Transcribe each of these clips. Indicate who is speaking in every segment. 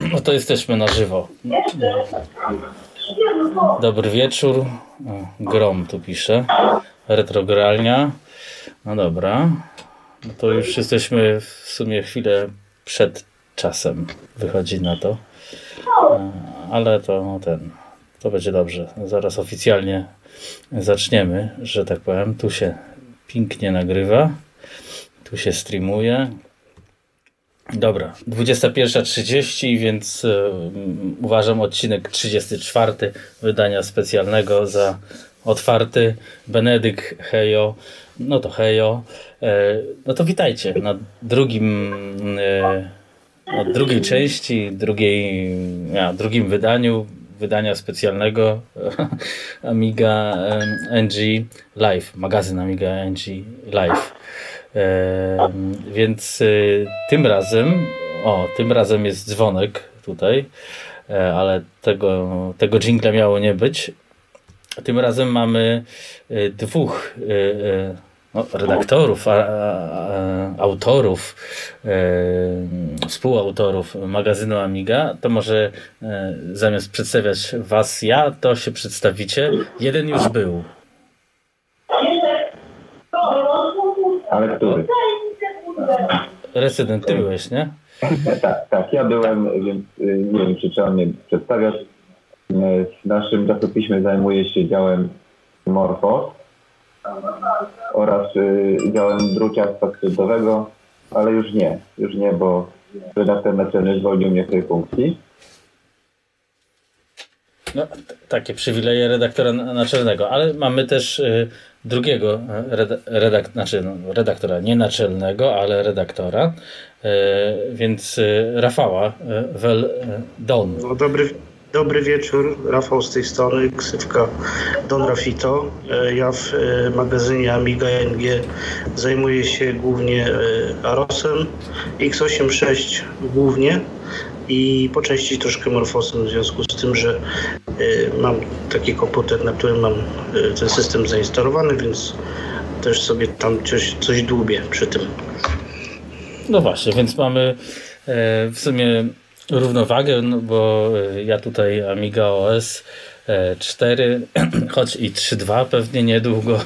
Speaker 1: No to jesteśmy na żywo. Dobry wieczór. Grom tu pisze. Retrogralnia. No dobra. No to już jesteśmy w sumie chwilę przed czasem. Wychodzi na to. Ale to będzie dobrze. Zaraz oficjalnie zaczniemy, że tak powiem. Tu się pięknie nagrywa. Tu się streamuje. Dobra, 21:30, więc uważam odcinek 34 wydania specjalnego za otwarty. Benedyk, hejo. No to hejo. No to witajcie na drugiej części, drugim wydania specjalnego Amiga NG Live, magazyn Amiga NG Live. Więc tym razem jest dzwonek tutaj, ale tego dżingla miało nie być. Tym razem mamy dwóch redaktorów, autorów, współautorów magazynu Amiga. To może zamiast przedstawiać was ja, to się przedstawicie. Jeden już był.
Speaker 2: Ale który?
Speaker 1: Rezydent, ty byłeś, nie?
Speaker 2: Tak, ja byłem, więc nie wiem, czy trzeba mnie przedstawiać. W naszym czasopiśmie zajmuję się działem Morfos oraz działem druciarstwa skrzydłowego, ale już nie, bo redaktor naczelny zwolnił mnie z tej funkcji.
Speaker 1: No, takie przywileje redaktora naczelnego, ale mamy też drugiego redaktora, nie naczelnego, ale redaktora, więc Rafała Don.
Speaker 3: No, dobry wieczór, Rafał z tej strony, ksywka Don Rafito. Ja w magazynie Amiga NG zajmuję się głównie Arosem, x86 głównie i po części troszkę Morfosem, w związku z tym, że mam taki komputer, na którym mam ten system zainstalowany, więc też sobie tam coś dłubię przy tym.
Speaker 1: No właśnie, więc mamy w sumie równowagę, no bo ja tutaj Amiga OS 4, choć i 3.2 pewnie niedługo.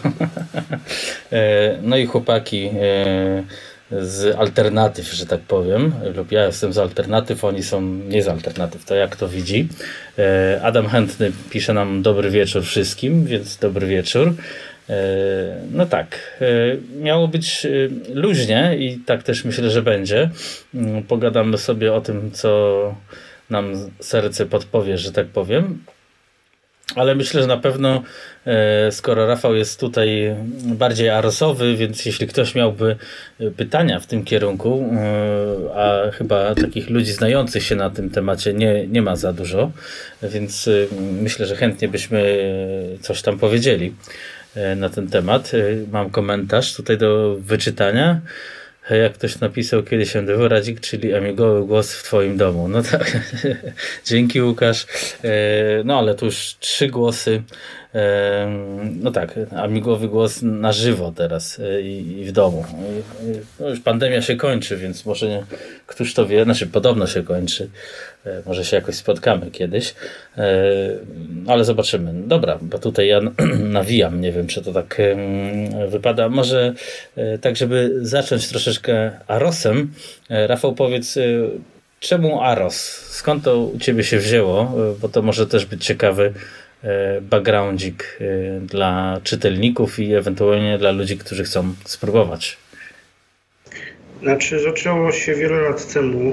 Speaker 1: No i chłopaki z alternatyw, że tak powiem, lub ja jestem z alternatyw, oni są nie z alternatyw, to jak to widzi. Adam Chętny pisze nam dobry wieczór wszystkim, więc dobry wieczór. No tak, miało być luźnie i tak też myślę, że będzie. Pogadamy sobie o tym, co nam serce podpowie, że tak powiem. Ale myślę, że na pewno, skoro Rafał jest tutaj bardziej arosowy, więc jeśli ktoś miałby pytania w tym kierunku, a chyba takich ludzi znających się na tym temacie nie ma za dużo, więc myślę, że chętnie byśmy coś tam powiedzieli na ten temat. Mam komentarz tutaj do wyczytania. Jak ktoś napisał kiedyś MDW Radzik, czyli amigowy głos w twoim domu. No tak, dzięki Łukasz. No ale tu już 3 głosy. No tak, amigowy głos na żywo teraz i w domu. No już pandemia się kończy, więc może nie, któż to wie, znaczy podobno się kończy. Może się jakoś spotkamy kiedyś. Ale zobaczymy. Dobra, bo tutaj ja nawijam, nie wiem, czy to tak wypada. Może tak, żeby zacząć troszeczkę Arosem. Rafał, powiedz, czemu Aros? Skąd to u ciebie się wzięło? Bo to może też być ciekawy backgroundzik dla czytelników i ewentualnie dla ludzi, którzy chcą spróbować.
Speaker 3: Znaczy, zaczęło się wiele lat temu.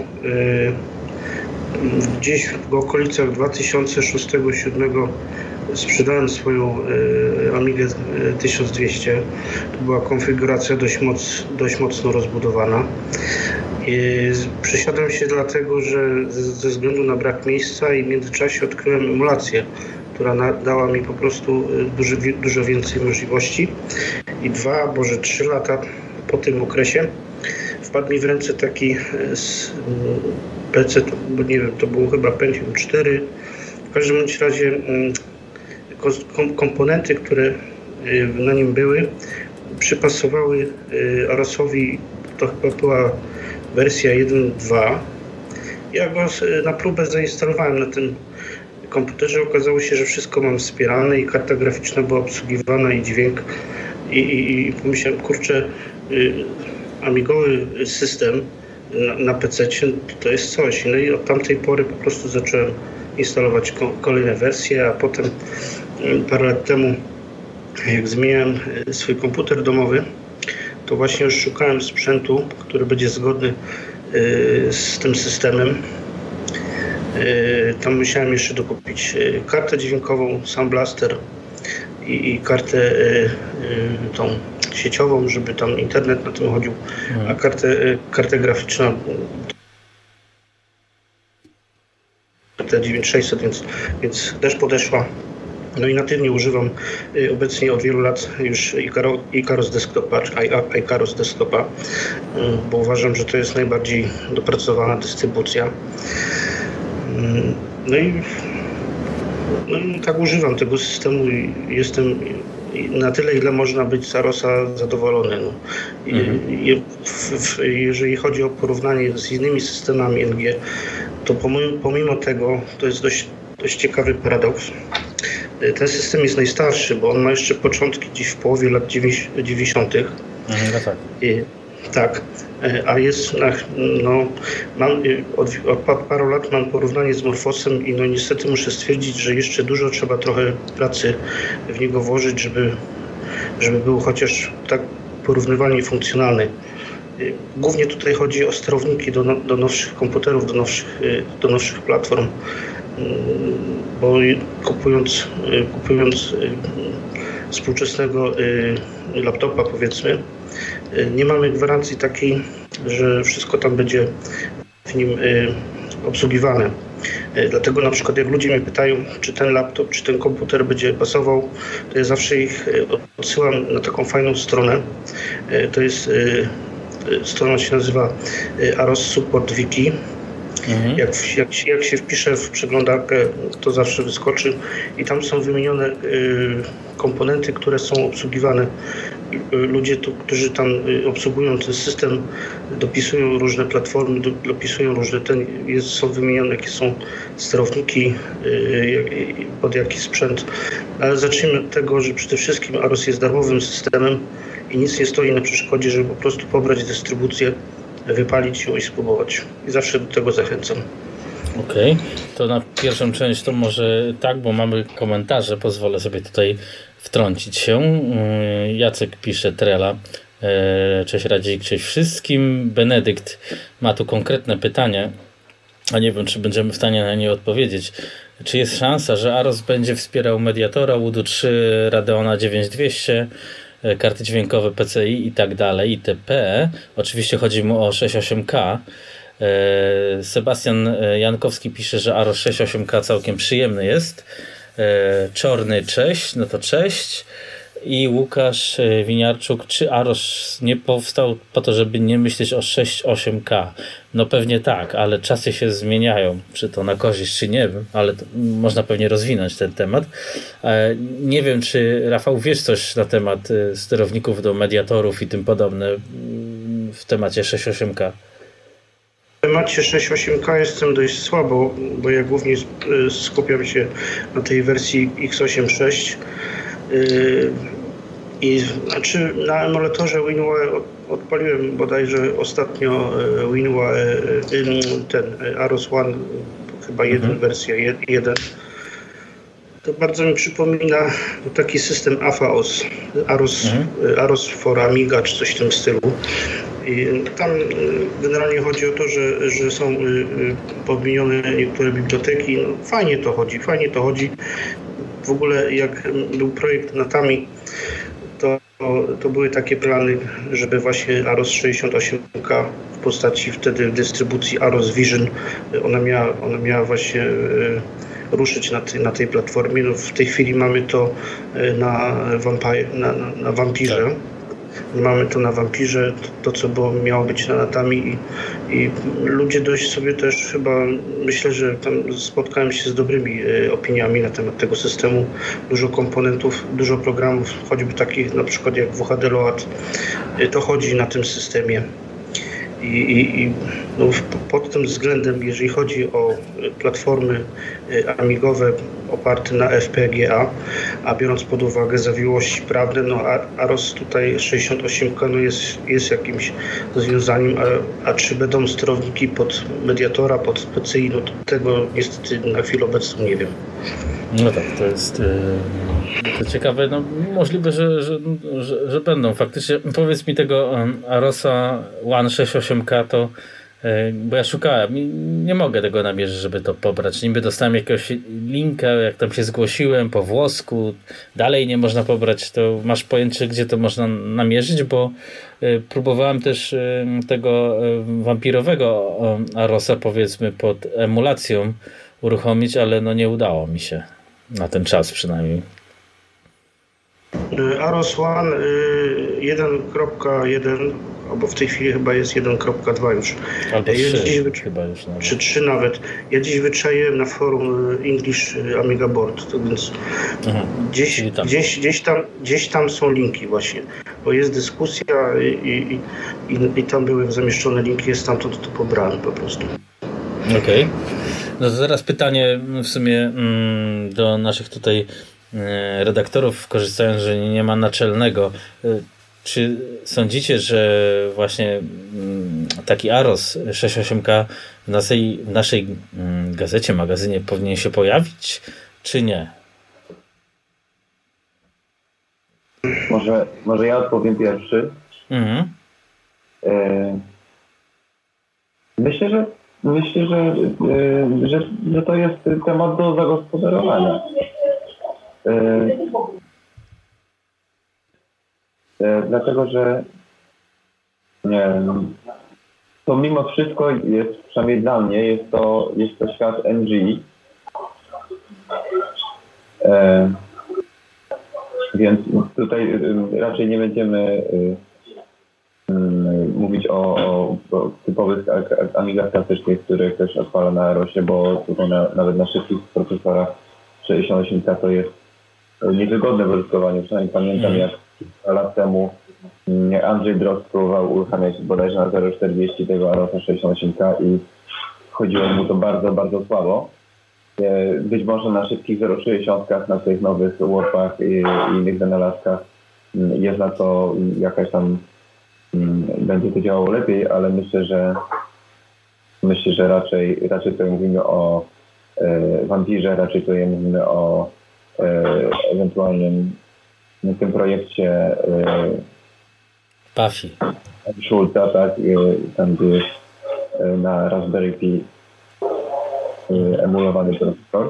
Speaker 3: Gdzieś w okolicach 2006-2007 sprzedałem swoją Amigę 1200. To była konfiguracja dość mocno rozbudowana. Przesiadłem się dlatego, że ze względu na brak miejsca i w międzyczasie odkryłem emulację, która dała mi po prostu dużo więcej możliwości. I 2, może 3 lata po tym okresie wpadł mi w ręce taki PC, bo nie wiem, to było chyba Pentium 4. W każdym razie komponenty, które na nim były, przypasowały Arosowi, to chyba była wersja 1.2 Ja go na próbę zainstalowałem na tym komputerze. Okazało się, że wszystko mam wspierane i karta graficzna była obsługiwana i dźwięk. I pomyślałem, kurczę, amigowy system na PC-cie to jest coś. No i od tamtej pory po prostu zacząłem instalować kolejne wersje, a potem parę lat temu, jak zmieniałem swój komputer domowy, to właśnie już szukałem sprzętu, który będzie zgodny z tym systemem. Tam musiałem jeszcze dokupić kartę dźwiękową, Sound Blaster i kartę tą sieciową, żeby tam internet na tym chodził, a kartę graficzną, kartę 9600, więc też podeszła. No i natywnie używam obecnie od wielu lat już Icarus Desktopa, bo uważam, że to jest najbardziej dopracowana dystrybucja. No i tak używam tego systemu i jestem na tyle, ile można być z Arosa zadowolony. No. Jeżeli chodzi o porównanie z innymi systemami NG, to pomimo tego to jest dość ciekawy paradoks. Ten system jest najstarszy, bo on ma jeszcze początki gdzieś w połowie lat 90.
Speaker 1: No tak.
Speaker 3: Tak, a jest, od paru lat mam porównanie z Morphosem i no niestety muszę stwierdzić, że jeszcze dużo trzeba trochę pracy w niego włożyć, żeby był chociaż tak porównywalnie funkcjonalny. Głównie tutaj chodzi o sterowniki do nowszych komputerów, do nowszych platform, bo kupując współczesnego laptopa, powiedzmy, nie mamy gwarancji takiej, że wszystko tam będzie w nim obsługiwane. Dlatego na przykład jak ludzie mnie pytają, czy ten laptop, czy ten komputer będzie pasował, to ja zawsze ich odsyłam na taką fajną stronę. To jest strona się nazywa Aros Support Wiki. Jak się wpisze w przeglądarkę, to zawsze wyskoczy i tam są wymienione komponenty, które są obsługiwane. Ludzie, którzy tam obsługują ten system, dopisują różne platformy, dopisują różne są wymienione, jakie są sterowniki, pod jaki sprzęt. Ale zacznijmy od tego, że przede wszystkim Aros jest darmowym systemem i nic nie stoi na przeszkodzie, żeby po prostu pobrać dystrybucję, wypalić ją i spróbować. I zawsze do tego zachęcam.
Speaker 1: Okej, to na pierwszą część to może tak, bo mamy komentarze, pozwolę sobie tutaj wtrącić się. Jacek pisze, Trela. Cześć Radzik, cześć wszystkim. Benedykt ma tu konkretne pytanie, a nie wiem, czy będziemy w stanie na nie odpowiedzieć. Czy jest szansa, że Aros będzie wspierał Mediatora, Udo 3, Radeona 9200, karty dźwiękowe PCI i tak dalej, itp. Oczywiście chodzi mu o 68K. Sebastian Jankowski pisze, że Aros 68K całkiem przyjemny jest. Czorny, cześć, no to cześć. I Łukasz Winiarczuk, czy Aros nie powstał po to, żeby nie myśleć o 6.8K? No pewnie tak, ale czasy się zmieniają, czy to na korzyść, czy nie wiem, ale można pewnie rozwinąć ten temat. Nie wiem, czy Rafał wiesz coś na temat sterowników do mediatorów i tym podobne w temacie 6.8K?
Speaker 3: W temacie 6.8K jestem dość słabo, bo ja głównie skupiam się na tej wersji x86. I znaczy na emulatorze WinUAE odpaliłem bodajże ostatnio WinUAE, ten Aros One, chyba wersja 1. To bardzo mi przypomina taki system AFAOS, Aros for Amiga czy coś w tym stylu. I tam generalnie chodzi o to, że są podmienione niektóre biblioteki. No, fajnie to chodzi. W ogóle jak był projekt Natami, to były takie plany, żeby właśnie Aros 68K w postaci wtedy dystrybucji Aros Vision, ona miała właśnie ruszyć na tej platformie. No w tej chwili mamy to na Vampirze. Mamy to na Vampirze, to co miało być na Natami i ludzie dość sobie też chyba, myślę, że tam spotkałem się z dobrymi opiniami na temat tego systemu. Dużo komponentów, dużo programów, choćby takich na przykład jak WHD Load, to chodzi na tym systemie. I no, pod tym względem, jeżeli chodzi o platformy amigowe oparte na FPGA, a biorąc pod uwagę zawiłości prawne, no AROS tutaj 68K no jest jakimś rozwiązaniem, a czy będą sterowniki pod mediatora, pod PCI, no tego niestety na chwilę obecną nie wiem.
Speaker 1: No tak, to jest to ciekawe. No, możliwe, że będą. Faktycznie powiedz mi tego AROSa One 68K, to bo ja szukałem i nie mogę tego namierzyć, żeby to pobrać. Niby dostałem jakiegoś linka, jak tam się zgłosiłem po włosku, dalej nie można pobrać. To masz pojęcie, gdzie to można namierzyć, bo próbowałem też tego wampirowego AROSa, powiedzmy, pod emulacją uruchomić, ale no nie udało mi się. Na ten czas przynajmniej.
Speaker 3: AROS One 1.1, albo w tej chwili chyba jest 1.2 już.
Speaker 1: Albo 3 chyba już nawet.
Speaker 3: Czy 3 nawet. Ja dziś wyczaiłem na forum English Amiga Board, to więc gdzieś tam są linki właśnie, bo jest dyskusja i tam były zamieszczone linki, jest stamtąd to pobrałem po prostu.
Speaker 1: Okej. No to teraz pytanie w sumie do naszych tutaj redaktorów, korzystając, że nie ma naczelnego. Czy sądzicie, że właśnie taki AROS 68K w naszej gazecie, magazynie powinien się pojawić, czy nie?
Speaker 2: Może ja odpowiem pierwszy.
Speaker 1: Mhm.
Speaker 2: Myślę, że to jest temat do zagospodarowania. Dlatego, że to mimo wszystko jest, przynajmniej dla mnie, jest to świat NG. Więc tutaj raczej nie będziemy mówić o typowych amigach klasycznych, które też odpala na AROSie, bo tutaj nawet na szybkich procesorach 68K to jest niewygodne w użytkowaniu. Przynajmniej pamiętam, jak lat temu Andrzej Drozd próbował uruchamiać bodajże na 0,40 tego AROSa 68K i chodziło mu to bardzo, bardzo słabo. Być może na szybkich 0,60 na tych nowych warpach i innych wynalazkach jest na to jakaś tam będzie to działało lepiej, ale myślę, że raczej tutaj mówimy o Vampirze, raczej tutaj mówimy o ewentualnym tym projekcie
Speaker 1: Puffy
Speaker 2: Schulza, tak, tam gdzie jest na Raspberry Pi emulowany procesor.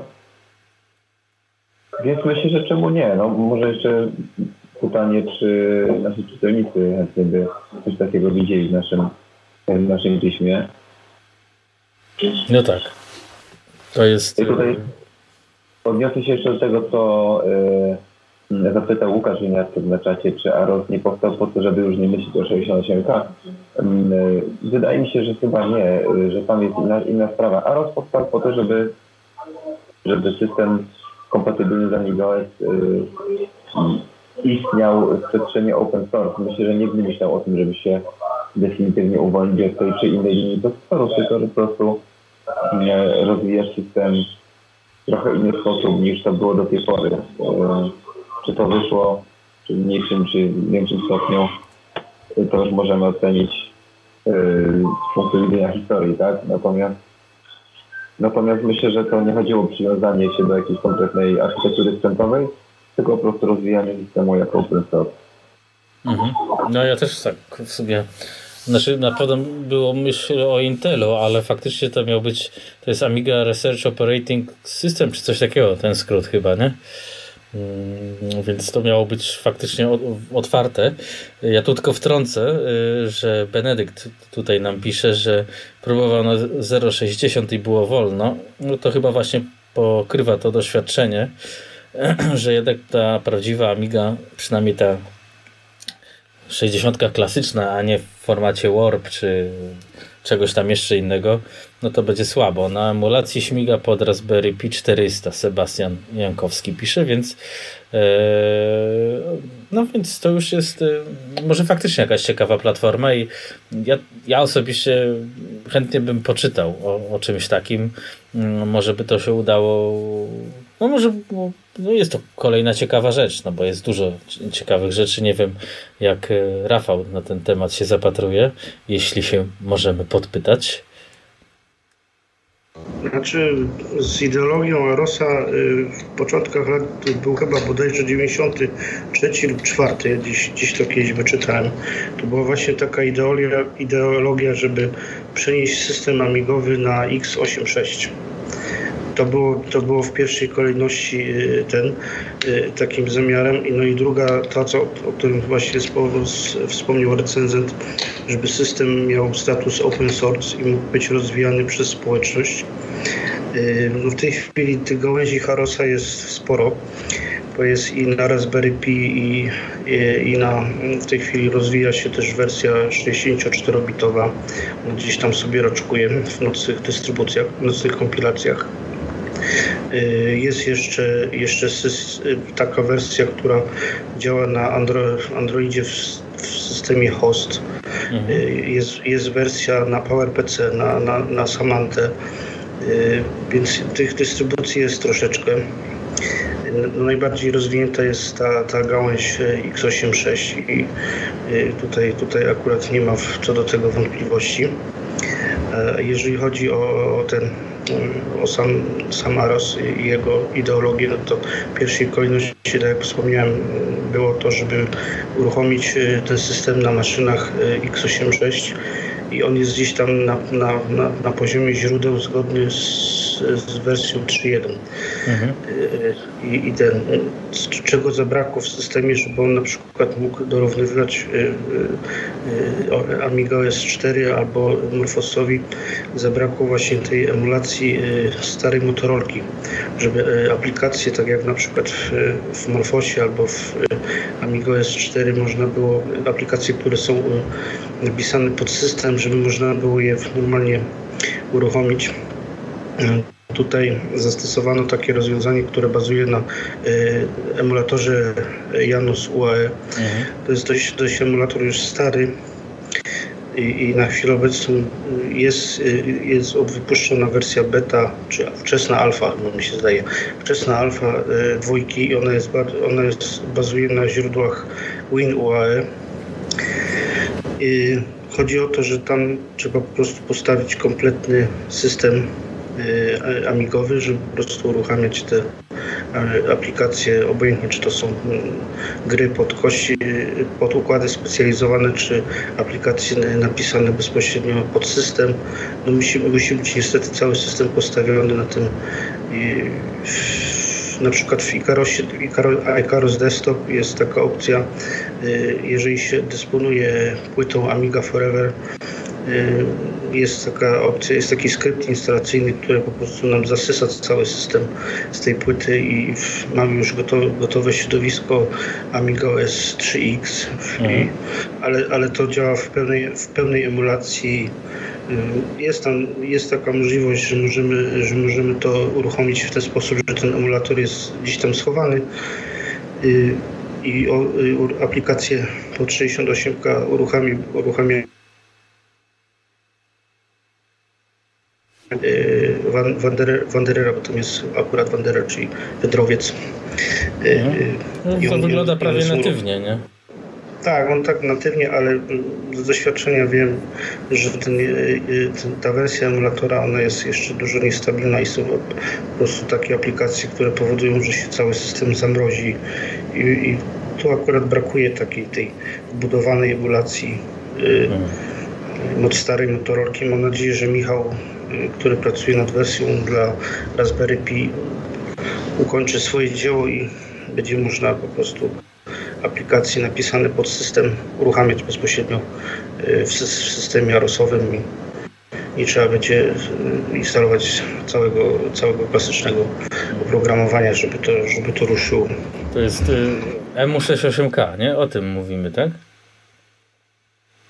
Speaker 2: Więc myślę, że czemu nie? No, może jeszcze pytanie, czy nasi czytelnicy chętnie by coś takiego widzieli w naszym piśmie.
Speaker 1: No tak. To jest...
Speaker 2: I tutaj odniosę się jeszcze do tego, co zapytał Łukasz Winiarski na czacie, czy AROS nie powstał po to, żeby już nie myśleć o 68K. Wydaje mi się, że chyba nie, że tam jest inna sprawa. AROS powstał po to, żeby system kompatybilny z AmigaOS istniał w przestrzeni open source. Myślę, że nikt nie myślał o tym, żeby się definitywnie uwolnić od tej czy innej linii procesorów, tylko po prostu rozwijać system w trochę inny sposób niż to było do tej pory. Czy to wyszło czy w mniejszym, czy w większym stopniu, to już możemy ocenić z punktu widzenia historii, tak? Natomiast myślę, że to nie chodziło o przywiązanie się do jakiejś konkretnej architektury sprzętowej, tylko po prostu rozwijanie systemu jako open source.
Speaker 1: Mhm. No ja też tak w sumie. Znaczy na pewno było myśl o Intelu, ale faktycznie to miał być, to jest Amiga Research Operating System, czy coś takiego, ten skrót chyba, nie? Więc to miało być faktycznie otwarte. Ja tu tylko wtrącę, że Benedykt tutaj nam pisze, że próbował na 0,60 i było wolno. No to chyba właśnie pokrywa to doświadczenie, że jednak ta prawdziwa Amiga, przynajmniej ta 60 klasyczna, a nie w formacie Warp czy czegoś tam jeszcze innego, no to będzie słabo. Na emulacji śmiga pod Raspberry Pi 400, Sebastian Jankowski pisze, więc no więc to już jest może faktycznie jakaś ciekawa platforma i ja osobiście chętnie bym poczytał o czymś takim. Może by to się udało, no może no jest to kolejna ciekawa rzecz, no bo jest dużo ciekawych rzeczy. Nie wiem, jak Rafał na ten temat się zapatruje, jeśli się możemy podpytać.
Speaker 3: Znaczy z ideologią Arosa w początkach lat był chyba bodajże 93 lub 4, gdzieś to kiedyś wyczytałem. To była właśnie taka ideologia, żeby przenieść system amigowy na x86. To było w pierwszej kolejności takim zamiarem. No i druga, o którym właśnie wspomniał recenzent, żeby system miał status open source i mógł być rozwijany przez społeczność. No w tej chwili tych gałęzi Arosa jest sporo, bo jest i na Raspberry Pi w tej chwili rozwija się też wersja 64-bitowa. Gdzieś tam sobie raczkuje w nocnych dystrybucjach, w nocnych kompilacjach. Jest jeszcze taka wersja, która działa na Androidzie w systemie host. Jest wersja na PowerPC, na Samantę, więc tych dystrybucji jest troszeczkę. No, najbardziej rozwinięta jest ta gałąź x86 i tutaj akurat nie ma co do tego wątpliwości. Jeżeli chodzi o sam Aros i jego ideologię, no to w pierwszej kolejności, tak jak wspomniałem, było to, żeby uruchomić ten system na maszynach x86 i on jest gdzieś tam na poziomie źródeł zgodny z wersją 3.1. Czego zabrakło w systemie, żeby on na przykład mógł dorównywać Amiga OS 4 albo Morphosowi, zabrakło właśnie tej emulacji starej Motorolki, żeby aplikacje, tak jak na przykład w Morphosie albo w Amiga OS 4 można było, aplikacje, które są napisane pod system, żeby można było je normalnie uruchomić. Tutaj zastosowano takie rozwiązanie, które bazuje na emulatorze Janus UAE. To jest dość emulator już stary i na chwilę obecną jest wypuszczona wersja beta, czy wczesna alfa, mi się zdaje, wczesna alfa dwójki i ona bazuje na źródłach WinUAE. Chodzi o to, że tam trzeba po prostu postawić kompletny system amigowy, żeby po prostu uruchamiać te aplikacje, obojętnie czy to są gry pod układy specjalizowane, czy aplikacje napisane bezpośrednio pod system. No musi być niestety cały system postawiony na tym. Na przykład w Icarus Desktop jest taka opcja, jeżeli się dysponuje płytą Amiga Forever, jest taka opcja, jest taki skrypt instalacyjny, który po prostu nam zasysa cały system z tej płyty i mamy już gotowe środowisko Amiga OS 3X, ale to działa w pełnej emulacji. Jest taka możliwość, że możemy to uruchomić w ten sposób, że ten emulator jest gdzieś tam schowany i aplikację pod 68K uruchamia Wanderera, bo tam jest akurat Wanderer, czyli wędrowiec.
Speaker 1: To wygląda prawie natywnie, nie?
Speaker 3: Tak, on tak natywnie, ale z doświadczenia wiem, że ta wersja emulatora, ona jest jeszcze dużo niestabilna i są po prostu takie aplikacje, które powodują, że się cały system zamrozi i tu akurat brakuje tej wbudowanej emulacji od starej Motorolki. Mam nadzieję, że Michał, który pracuje nad wersją dla Raspberry Pi, ukończy swoje dzieło i będzie można po prostu aplikacje napisane pod system uruchamiać bezpośrednio w systemie arosowym i trzeba będzie instalować całego klasycznego oprogramowania, żeby to ruszyło.
Speaker 1: To jest EMU68K, nie? O tym mówimy, tak?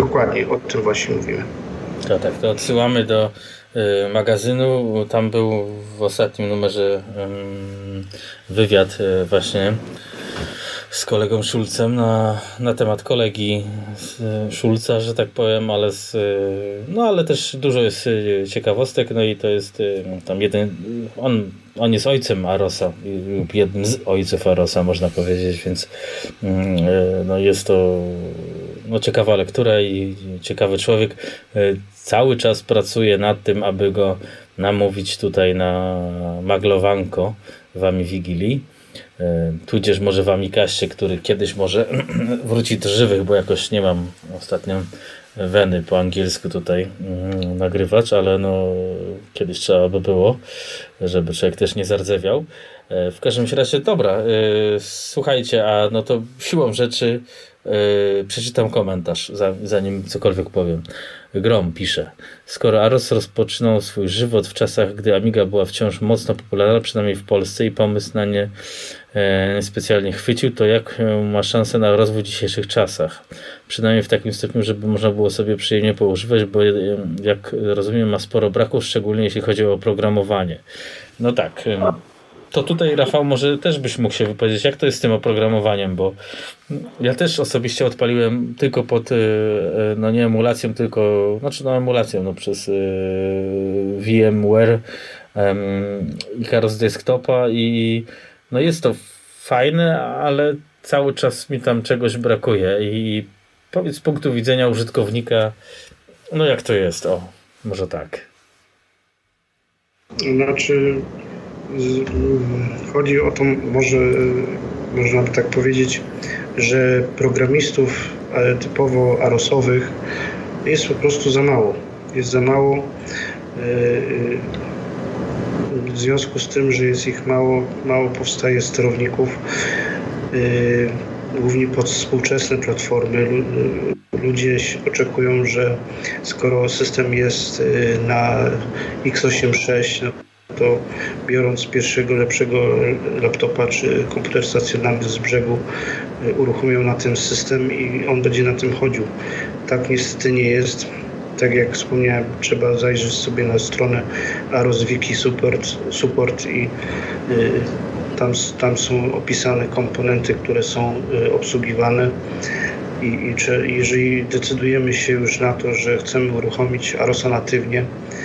Speaker 3: Dokładnie, o tym właśnie mówimy.
Speaker 1: Tak, to odsyłamy do magazynu. Tam był w ostatnim numerze wywiad właśnie z kolegą Szulcem na temat kolegi Szulca, że tak powiem, ale też dużo jest ciekawostek, no i to jest tam on jest ojcem Arosa, lub jednym z ojców Arosa, można powiedzieć, więc no jest to ciekawa lektura i ciekawy człowiek. Cały czas pracuje nad tym, aby go namówić tutaj na maglowanko w Amii-Wigilii. Tudzież może w Amikaście, który kiedyś może wróci do żywych, bo jakoś nie mam ostatnio weny po angielsku tutaj nagrywać, ale kiedyś trzeba by było, żeby człowiek też nie zardzewiał. W każdym razie, dobra, słuchajcie, to siłą rzeczy przeczytam komentarz, zanim cokolwiek powiem. Grom pisze: skoro Aros rozpoczynał swój żywot w czasach, gdy Amiga była wciąż mocno popularna, przynajmniej w Polsce, i pomysł na nie specjalnie chwycił, to jak ma szansę na rozwój w dzisiejszych czasach? Przynajmniej w takim stopniu, żeby można było sobie przyjemnie poużywać, bo jak rozumiem, ma sporo braków, szczególnie jeśli chodzi o oprogramowanie. No tak. To tutaj, Rafał, może też byś mógł się wypowiedzieć, jak to jest z tym oprogramowaniem, bo ja też osobiście odpaliłem tylko pod, nie emulacją, tylko, emulacją, przez VMware Icarus Desktopa i jest to fajne, ale cały czas mi tam czegoś brakuje i powiedz z punktu widzenia użytkownika, jak to jest, może tak.
Speaker 3: Chodzi o to, można by tak powiedzieć, że programistów typowo arosowych jest po prostu za mało. Jest za mało. W związku z tym, że jest ich mało powstaje sterowników, głównie pod współczesne platformy. Ludzie oczekują, że skoro system jest na x86, to biorąc pierwszego lepszego laptopa czy komputer stacjonarny z brzegu, uruchomią na tym system i on będzie na tym chodził. Tak niestety nie jest. Tak jak wspomniałem, trzeba zajrzeć sobie na stronę Aros Wiki Support i tam są opisane komponenty, które są obsługiwane. I jeżeli decydujemy się już na to, że chcemy uruchomić Arosa natywnie,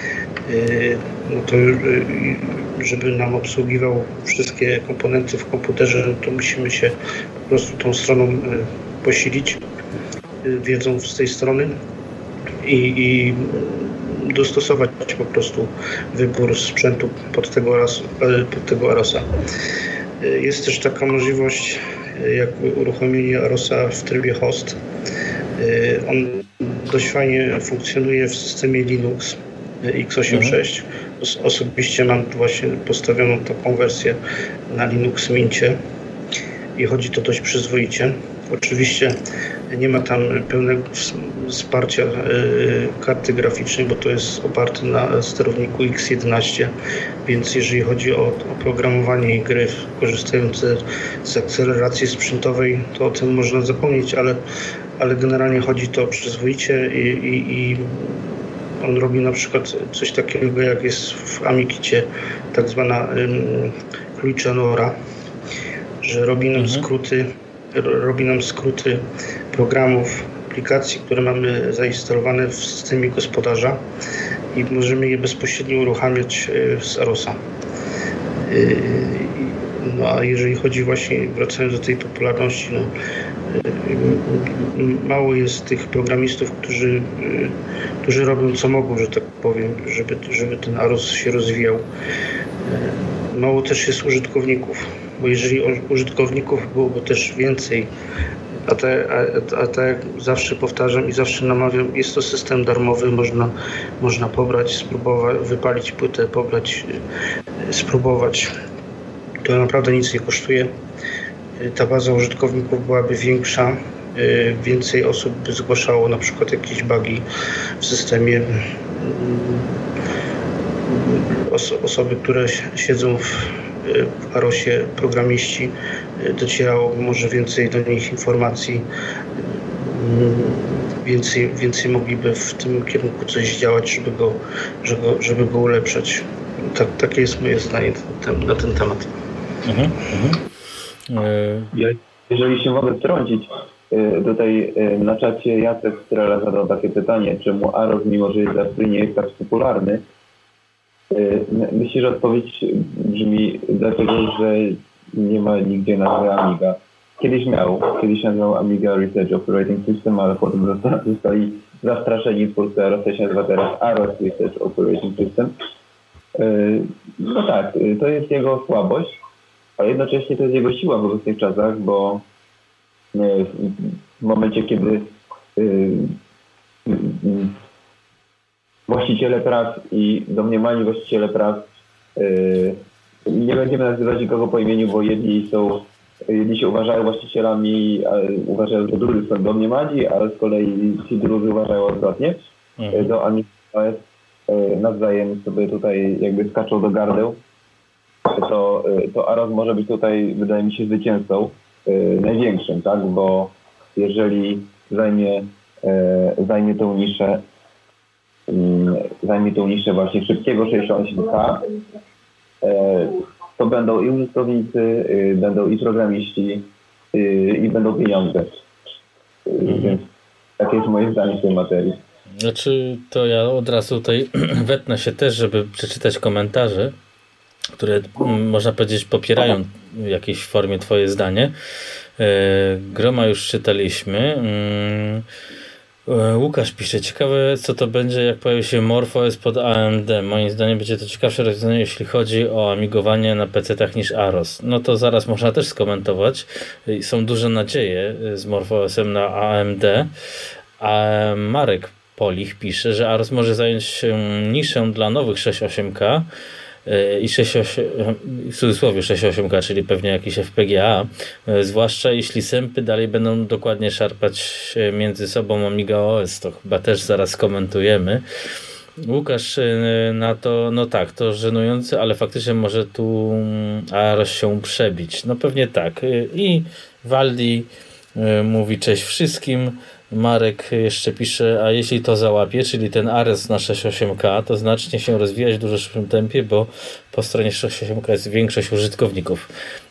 Speaker 3: to żeby nam obsługiwał wszystkie komponenty w komputerze, to musimy się po prostu tą stroną posilić wiedzą z tej strony i dostosować po prostu wybór sprzętu pod tego Arosa. Jest też taka możliwość jak uruchomienie Arosa w trybie host. On dość fajnie funkcjonuje w systemie Linux x86. Osobiście mam właśnie postawioną taką wersję na Linux Mincie i chodzi to dość przyzwoicie. Oczywiście nie ma tam pełnego wsparcia karty graficznej, bo to jest oparte na sterowniku X11, więc jeżeli chodzi o oprogramowanie i gry korzystające z akceleracji sprzętowej, to o tym można zapomnieć, ale generalnie chodzi to przyzwoicie i on robi na przykład coś takiego, jak jest w Amikicie tak zwana klucza Nora, że robi nam skróty programów, aplikacji, które mamy zainstalowane w systemie gospodarza i możemy je bezpośrednio uruchamiać z Arosa. A jeżeli chodzi właśnie, wracając do tej popularności, mało jest tych programistów, którzy robią co mogą, że tak powiem, żeby ten Aros się rozwijał. Mało też jest użytkowników, bo jeżeli użytkowników byłoby też więcej, a tak jak zawsze powtarzam i zawsze namawiam, jest to system darmowy, można pobrać, spróbować, wypalić płytę, pobrać, spróbować. To naprawdę nic nie kosztuje. Ta baza użytkowników byłaby większa, więcej osób by zgłaszało na przykład jakieś bugi w systemie. Osoby, które siedzą w Arosie, programiści, docierało może więcej do nich informacji. więcej mogliby w tym kierunku coś działać, żeby go ulepszać. Takie jest moje zdanie na ten temat.
Speaker 2: Jeżeli się mogę wtrącić, tutaj na czacie Jacek Strela zadał takie pytanie, czemu Aros, mimo że jest Astry, nie jest tak popularny. Myślę, że odpowiedź brzmi dlatego, że nie ma nigdzie nazwy Amiga. Kiedyś nazywał Amiga Research Operating System, ale potem zostali zastraszeni w Polsce. Aros się nazywa teraz Aros Research Operating System. No tak, to jest jego słabość, a jednocześnie to jest jego siła w obecnych czasach, bo w momencie, kiedy właściciele praw i domniemani właściciele praw, nie będziemy nazywać nikogo po imieniu, bo jedni się uważają właścicielami, uważają, że drudzy są domniemani, ale z kolei ci drudzy uważają odwrotnie. Do Amiga nawzajem sobie tutaj jakby skaczą do gardeł, to Aros może być tutaj, wydaje mi się, zwycięzcą największym, tak? Bo jeżeli zajmie tą niszę właśnie szybkiego 68K, to będą i użytkownicy, będą i programiści, i będą pieniądze. Więc takie jest moje zdanie w tej materii.
Speaker 1: Znaczy, to ja od razu tutaj wetnę się też, żeby przeczytać komentarze, które można powiedzieć popierają w jakiejś formie twoje zdanie. Groma już czytaliśmy. Łukasz pisze, ciekawe co to będzie, jak pojawi się MorphOS pod AMD. Moim zdaniem będzie to ciekawsze rozwiązanie, jeśli chodzi o amigowanie na PC-tach niż Aros. No to zaraz można też skomentować. Są duże nadzieje z MorphOS-em na AMD. A Marek Polich pisze, że Aros może zająć niszę dla nowych 6.8K i 6.8, w cudzysłowie 6.8K, czyli pewnie jakiś FPGA, zwłaszcza jeśli sępy dalej będą dokładnie szarpać między sobą Amiga OS, to chyba też zaraz komentujemy. Łukasz na to, no tak, to żenujące, ale faktycznie może tu Aros się przebić. No pewnie tak. I Waldi mówi cześć wszystkim. Marek jeszcze pisze, a jeśli to załapie, czyli ten Ares na 6.8K, to znacznie się rozwijać w dużo szybszym tempie, bo po stronie 6.8K jest większość użytkowników.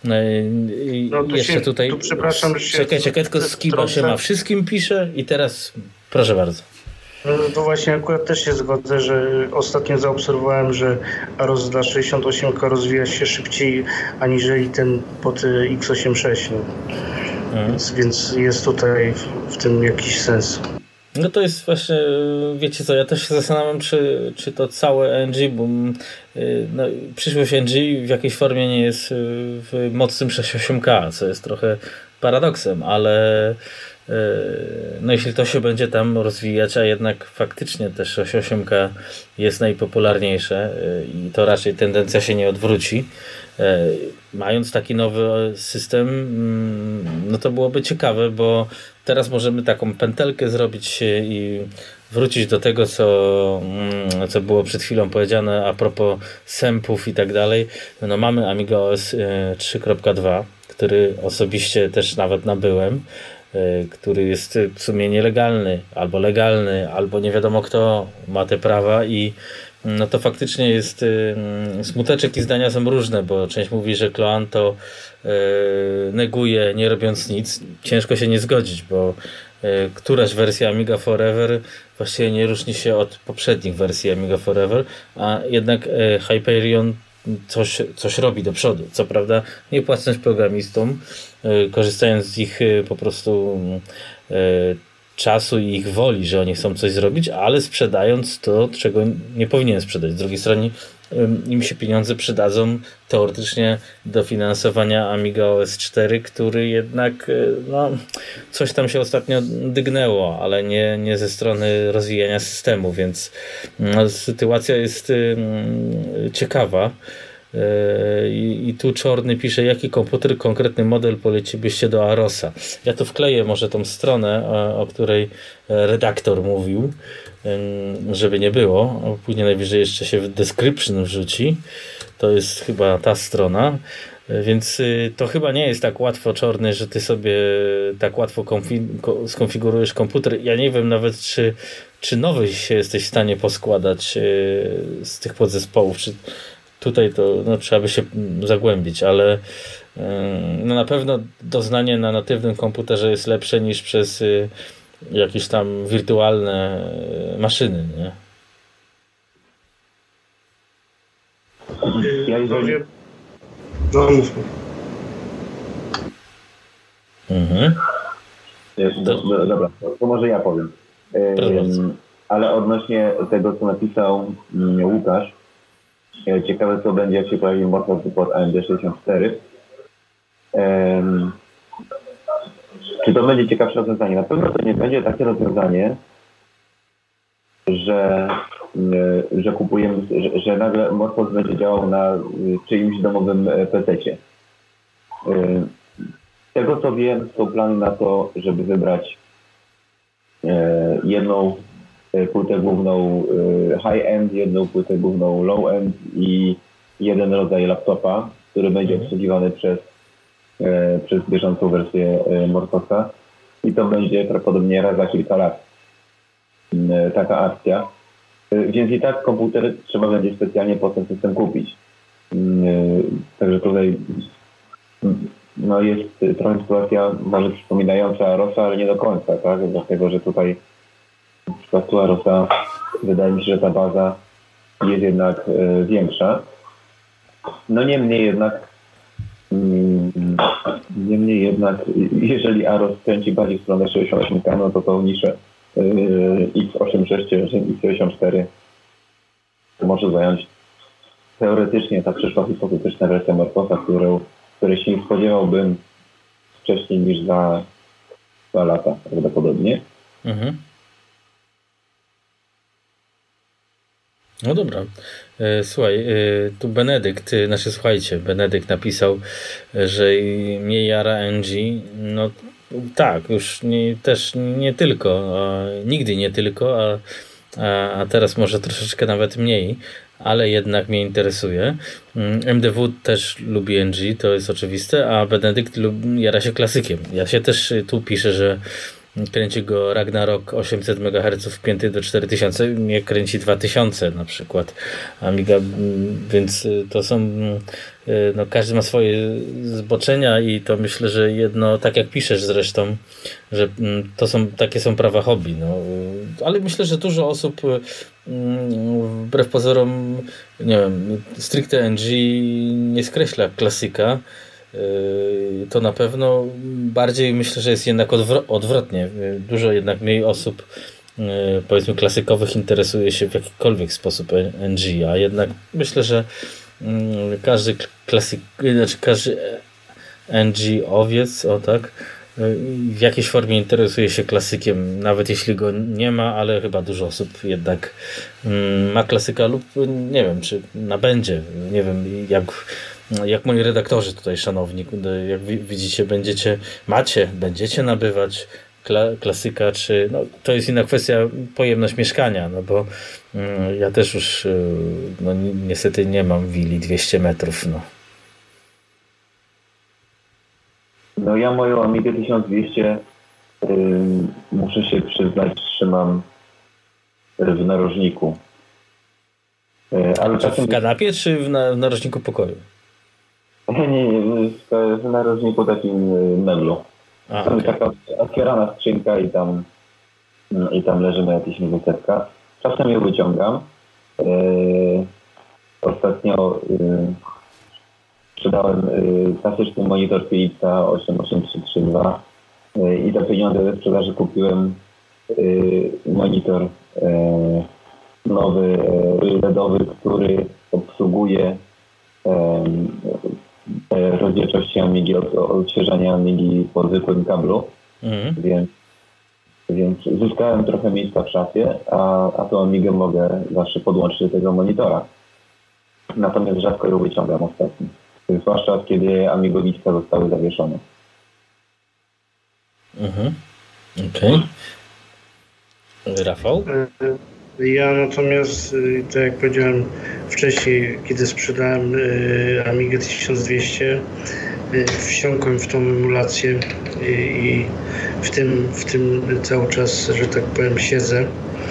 Speaker 3: No to
Speaker 1: jeszcze tutaj,
Speaker 3: tu przepraszam, że
Speaker 1: czekaj, tylko Skiba się ma wszystkim pisze i teraz proszę bardzo.
Speaker 3: No właśnie akurat też się zgodzę, że ostatnio zaobserwowałem, że Aros dla 68K rozwija się szybciej aniżeli ten pod x86. No. Więc jest tutaj w tym jakiś sens.
Speaker 1: No to jest właśnie, wiecie co, ja też się zastanawiam, czy to całe NG, bo no, przyszłość NG w jakiejś formie nie jest w mocnym 6.8K, co jest trochę paradoksem, ale no jeśli to się będzie tam rozwijać, a jednak faktycznie też 6.8K jest najpopularniejsze i to raczej tendencja się nie odwróci, mając taki nowy system, no to byłoby ciekawe, bo teraz możemy taką pętelkę zrobić i wrócić do tego, co było przed chwilą powiedziane a propos sępów i tak dalej. No mamy Amiga OS 3.2, który osobiście też nawet nabyłem, który jest w sumie nielegalny, albo legalny, albo nie wiadomo kto ma te prawa i no to faktycznie jest smuteczek i zdania są różne, bo część mówi, że Kloan to neguje nie robiąc nic. Ciężko się nie zgodzić, bo któraś wersja Amiga Forever właściwie nie różni się od poprzednich wersji Amiga Forever, a jednak Hyperion coś robi do przodu. Co prawda nie płacąc programistom, korzystając z ich po prostu czasu i ich woli, że oni chcą coś zrobić, ale sprzedając to, czego nie powinien sprzedać. Z drugiej strony im się pieniądze przydadzą teoretycznie do finansowania Amiga OS 4, który jednak no, coś tam się ostatnio dygnęło, ale nie ze strony rozwijania systemu, więc no, sytuacja jest ciekawa. I tu Czorny pisze, jaki komputer, konkretny model poleciłbyście do Arosa. Ja tu wkleję może tą stronę, o której redaktor mówił, żeby nie było. Później najwyżej jeszcze się w description wrzuci. To jest chyba ta strona. Więc to chyba nie jest tak łatwo, Czorny, że ty sobie tak łatwo skonfigurujesz komputer. Ja nie wiem nawet, czy nowy się jesteś w stanie poskładać z tych podzespołów. Czy tutaj to trzeba by się zagłębić, ale no na pewno doznanie na natywnym komputerze jest lepsze niż przez jakieś tam wirtualne maszyny, nie?
Speaker 2: Ja jeżeli...
Speaker 3: No mówmy.
Speaker 2: Dobra, to może ja powiem. Ale odnośnie tego, co napisał Łukasz, ciekawe co będzie, jak się pojawi mocno support AMD 64. Czy to będzie ciekawsze rozwiązanie? Na pewno to nie będzie takie rozwiązanie, że kupujemy, że nagle Morphos będzie działał na czyimś domowym PC-cie. Z tego co wiem, są plany na to, żeby wybrać jedną płytę główną high-end, jedną płytę główną low-end i jeden rodzaj laptopa, który będzie obsługiwany przez bieżącą wersję Morphosa i to będzie prawdopodobnie raz za kilka lat taka akcja. Więc i tak komputer trzeba będzie specjalnie po ten system kupić. Także tutaj no jest trochę sytuacja może przypominająca Arosa, ale nie do końca, tak? Dlatego, że tutaj w przypadku Arosa wydaje mi się, że ta baza jest jednak większa. No niemniej jednak, jeżeli Aros kręci bardziej w stronę 68K, no to tą niszę x86, x84 może zająć teoretycznie ta przyszła hipotetyczna wersja Morphosa, której się nie spodziewałbym wcześniej niż za 2 lata prawdopodobnie.
Speaker 1: No dobra. Słuchaj, tu Benedykt napisał, że mnie jara NG. No tak, już też nie tylko, nigdy nie tylko, a teraz może troszeczkę nawet mniej, ale jednak mnie interesuje. MDW też lubi NG, to jest oczywiste, a Benedykt jara się klasykiem. Ja się też tu piszę, że kręci go Ragnarok 800 MHz wpięty do 4000, mnie kręci 2000 na przykład Amiga, więc to są, no każdy ma swoje zboczenia i to myślę, że jedno, tak jak piszesz zresztą, że to takie są prawa hobby, no, ale myślę, że dużo osób wbrew pozorom, nie wiem, stricte NG nie skreśla klasyka. To na pewno bardziej myślę, że jest jednak odwrotnie. Dużo jednak mniej osób powiedzmy klasykowych interesuje się w jakikolwiek sposób NG, a jednak myślę, że każdy każdy NG-owiec, o tak, w jakiejś formie interesuje się klasykiem, nawet jeśli go nie ma, ale chyba dużo osób jednak ma klasyka lub nie wiem, czy nabędzie, nie wiem jak moi redaktorzy tutaj szanowni, jak widzicie, będziecie nabywać klasyka, czy no, to jest inna kwestia, pojemność mieszkania, no bo ja też już no, niestety nie mam willi 200 metrów, no.
Speaker 2: No ja moją Amigę 1200 muszę się przyznać, trzymam w narożniku.
Speaker 1: Ale czasem... W kanapie czy w narożniku pokoju?
Speaker 2: Nie, w narożniku takim meblu. Tam jest taka otwierana skrzynka i tam leży moja 1200. Czasem ją wyciągam. Ostatnio sprzedałem klasyczny monitor Philipsa 88332 i za pieniądze ze sprzedaży kupiłem monitor nowy, LEDowy, który obsługuje rozdzielczości Amigi, odświeżania Amigi po zwykłym kablu, więc zyskałem trochę miejsca w szafie, a tą Amigę mogę zawsze podłączyć do tego monitora. natomiast rzadko ją wyciągam ostatnio. Zwłaszcza od kiedy Amigo Vista zostały zawieszone.
Speaker 1: Okej. Rafał?
Speaker 3: Ja natomiast, tak jak powiedziałem wcześniej, kiedy sprzedałem Amigę 1200, wsiąkłem w tą emulację i w tym cały czas, że tak powiem, siedzę.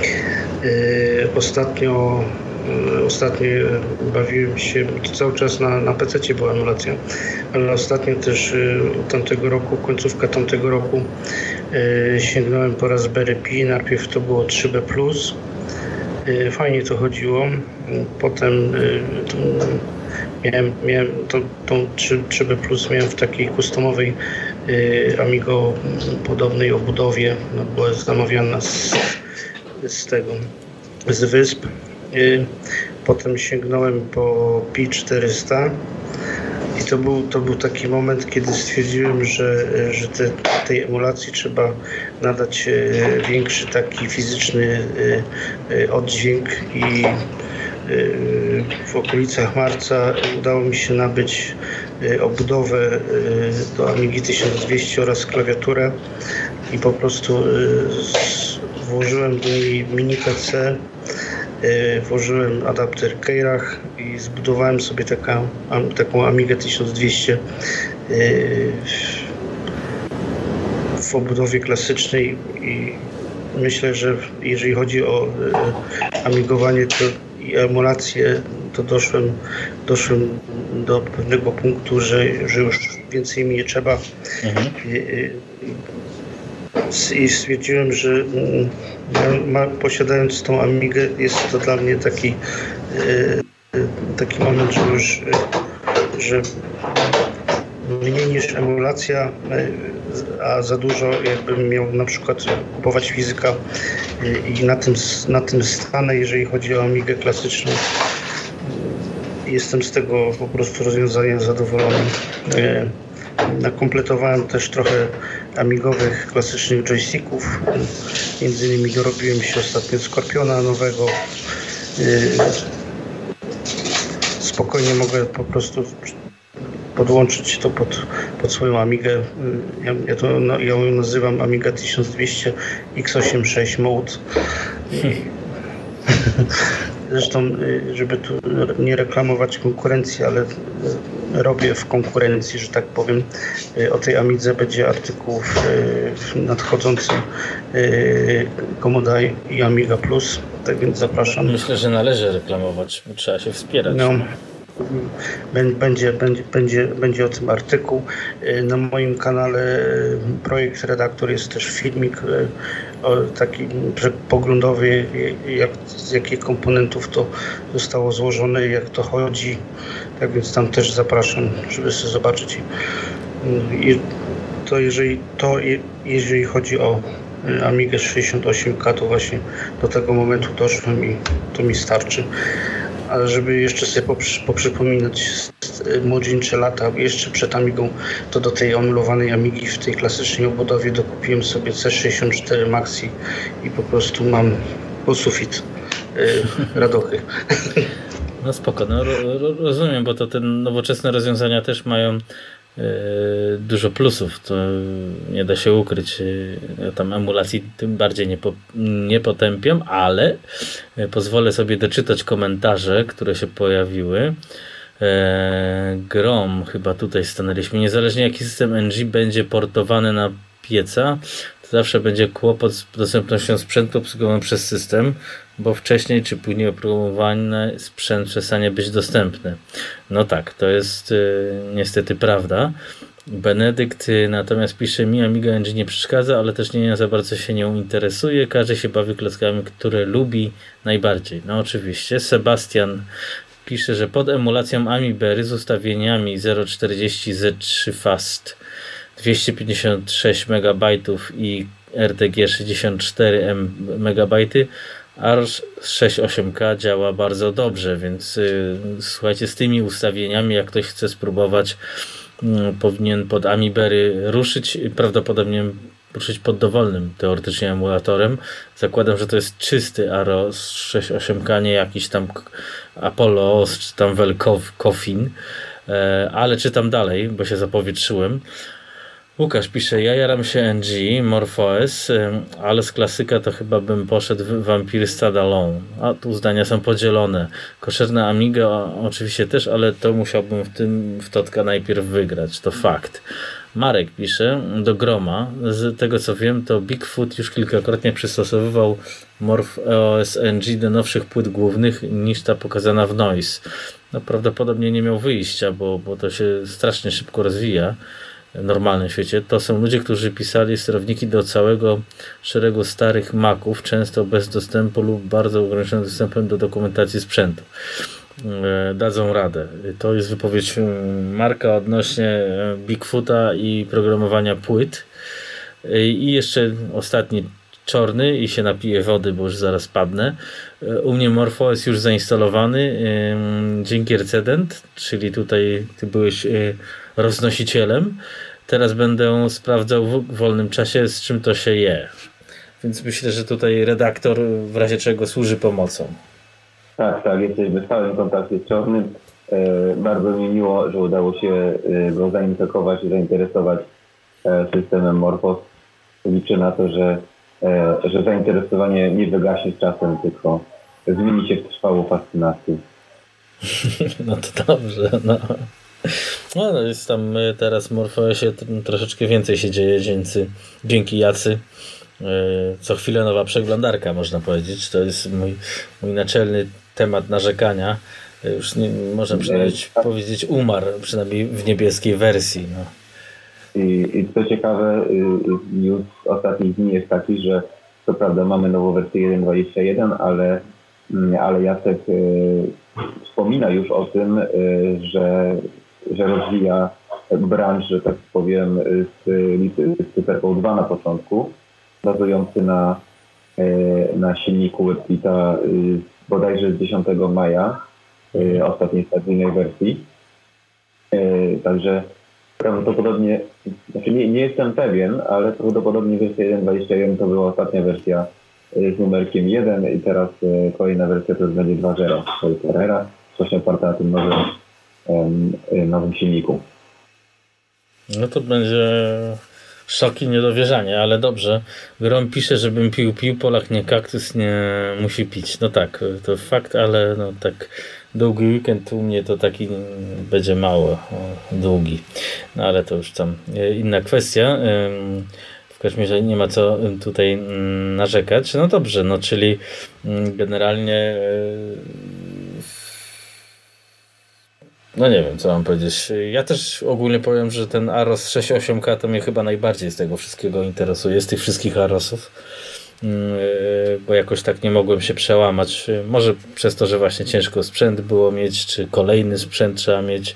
Speaker 3: Ostatnio bawiłem się, to cały czas na PC-cie była emulacja, ale ostatnio też tamtego roku, końcówka tamtego roku sięgnąłem po Raspberry Pi. Najpierw to było 3B+. Fajnie to chodziło. Potem miałem tą 3B+, miałem w takiej customowej Amigo podobnej obudowie. No, była zamawiana z wysp. Potem sięgnąłem po Pi 400 i to był taki moment, kiedy stwierdziłem, że tej emulacji trzeba nadać większy taki fizyczny oddźwięk i w okolicach marca udało mi się nabyć obudowę do Amigi 1200 oraz klawiaturę i po prostu włożyłem do niej mini PC, włożyłem adapter Keirach i zbudowałem sobie taką Amigę 1200 w obudowie klasycznej i myślę, że jeżeli chodzi o amigowanie i emulację, to doszłem do pewnego punktu, że już więcej mi nie trzeba. I stwierdziłem, że posiadając tą Amigę, jest to dla mnie taki moment, że mniej niż emulacja, a za dużo jakbym miał na przykład kupować fizyka i na tym stanę, jeżeli chodzi o Amigę klasyczną. Jestem z tego po prostu rozwiązania zadowolony. Nakompletowałem też trochę amigowych, klasycznych joysticków. Między innymi dorobiłem się ostatnio Skorpiona nowego. Spokojnie mogę po prostu podłączyć to pod swoją Amigę. Ja ją nazywam Amiga 1200 x86 Mode. Zresztą, żeby tu nie reklamować konkurencji, ale robię w konkurencji, że tak powiem. O tej Amidze będzie artykuł w nadchodzącym Commodore i Amiga Plus, tak więc zapraszam.
Speaker 1: Myślę, że należy reklamować, bo trzeba się wspierać.
Speaker 3: No. Będzie o tym artykuł. Na moim kanale Projekt Redaktor jest też filmik taki poglądowy, z jakich komponentów to zostało złożone i jak to chodzi. Tak więc tam też zapraszam, żeby sobie zobaczyć. Jeżeli chodzi o Amigę 68K, to właśnie do tego momentu doszłem i to mi starczy. Ale żeby jeszcze sobie poprzypominać młodzieńcze lata, jeszcze przed Amigą, to do tej emulowanej Amigi w tej klasycznej obudowie dokupiłem sobie C64 Maxi i po prostu mam po sufit radochy.
Speaker 1: No spoko, no rozumiem, bo to te nowoczesne rozwiązania też mają dużo plusów, to nie da się ukryć. Tam emulacji tym bardziej nie potępiam, ale pozwolę sobie doczytać komentarze, które się pojawiły. Grom, chyba tutaj stanęliśmy. Niezależnie jaki system NG będzie portowany na pieca, to zawsze będzie kłopot z dostępnością sprzętu obsługiwanego przez system, bo wcześniej czy później oprogramowany sprzęt przestanie być dostępny. No tak, to jest niestety prawda. Benedykt natomiast pisze, mi Amiga NG nie przeszkadza, ale też nie za bardzo się nią interesuje. Każdy się bawi klockami, które lubi najbardziej. No oczywiście. Sebastian pisze, że pod emulacją Amibery z ustawieniami 040 Z3 Fast 256 MB i RTG 64 MB Ars 68K działa bardzo dobrze, więc słuchajcie, z tymi ustawieniami, jak ktoś chce spróbować, powinien pod Amibery ruszyć. Prawdopodobnie ruszyć pod dowolnym teoretycznie emulatorem. Zakładam, że to jest czysty AROS 6.8K, nie jakiś tam Apollo OS czy tam Coffin, ale czytam dalej, bo się zapowietrzyłem. Łukasz pisze, ja jaram się NG, MorphOS, ale z klasyka to chyba bym poszedł w Vampire Standalone. A tu zdania są podzielone. Koszerna Amiga oczywiście też, ale to musiałbym w Totka najpierw wygrać, to fakt. Marek pisze, do groma, z tego co wiem, to Bigfoot już kilkakrotnie przystosowywał MorphOS NG do nowszych płyt głównych niż ta pokazana w Noise. No prawdopodobnie nie miał wyjścia, bo to się strasznie szybko rozwija w normalnym świecie. To są ludzie, którzy pisali sterowniki do całego szeregu starych Maców, często bez dostępu lub bardzo ograniczonym dostępem do dokumentacji sprzętu. Dadzą radę. To jest wypowiedź Marka odnośnie Bigfoota i programowania płyt. I jeszcze ostatni czorny i się napiję wody, bo już zaraz padnę. U mnie MorphOS już zainstalowany dzięki Recedent, czyli tutaj ty byłeś roznosicielem. Teraz będę sprawdzał w wolnym czasie, z czym to się je. Więc myślę, że tutaj redaktor w razie czego służy pomocą.
Speaker 2: Tak, jesteśmy w stałym kontakcie z Czornym. Bardzo mi miło, że udało się go zainfekować i zainteresować systemem MorphOS. Liczę na to, że zainteresowanie nie wygaśnie z czasem, tylko zmieni się w trwałą fascynację.
Speaker 1: No to dobrze, no. No jest tam teraz w MorphOSie troszeczkę więcej się dzieje dzięki Jacy. Co chwilę nowa przeglądarka, można powiedzieć. To jest mój naczelny temat narzekania. Już nie, można powiedzieć umarł, przynajmniej w niebieskiej wersji. No.
Speaker 2: I co ciekawe, news ostatnich dni jest taki, że co prawda mamy nową wersję 1.21, ale Jacek wspomina już o tym, że rozwija branż, że tak powiem, z cyferką 2 na początku, bazujący na silniku WebKita bodajże z 10 maja, ostatniej stacyjnej wersji. Także prawdopodobnie, znaczy nie jestem pewien, ale prawdopodobnie wersja 1.21 to była ostatnia wersja z numerkiem 1 i teraz kolejna wersja to będzie 2.0. To jest Carrera, właśnie oparta na tym nowym silniku.
Speaker 1: No to będzie szok i niedowierzanie, ale dobrze. Grom pisze, żebym pił, Polak nie kaktus nie musi pić. No tak, to fakt, ale no tak długi weekend u mnie to taki będzie mało długi. No ale to już tam inna kwestia. W każdym razie nie ma co tutaj narzekać. No dobrze, no czyli generalnie no nie wiem, co mam powiedzieć. Ja też ogólnie powiem, że ten AROS 6.8K to mnie chyba najbardziej z tego wszystkiego interesuje, z tych wszystkich AROSów, bo jakoś tak nie mogłem się przełamać. Może przez to, że właśnie ciężko sprzęt było mieć, czy kolejny sprzęt trzeba mieć.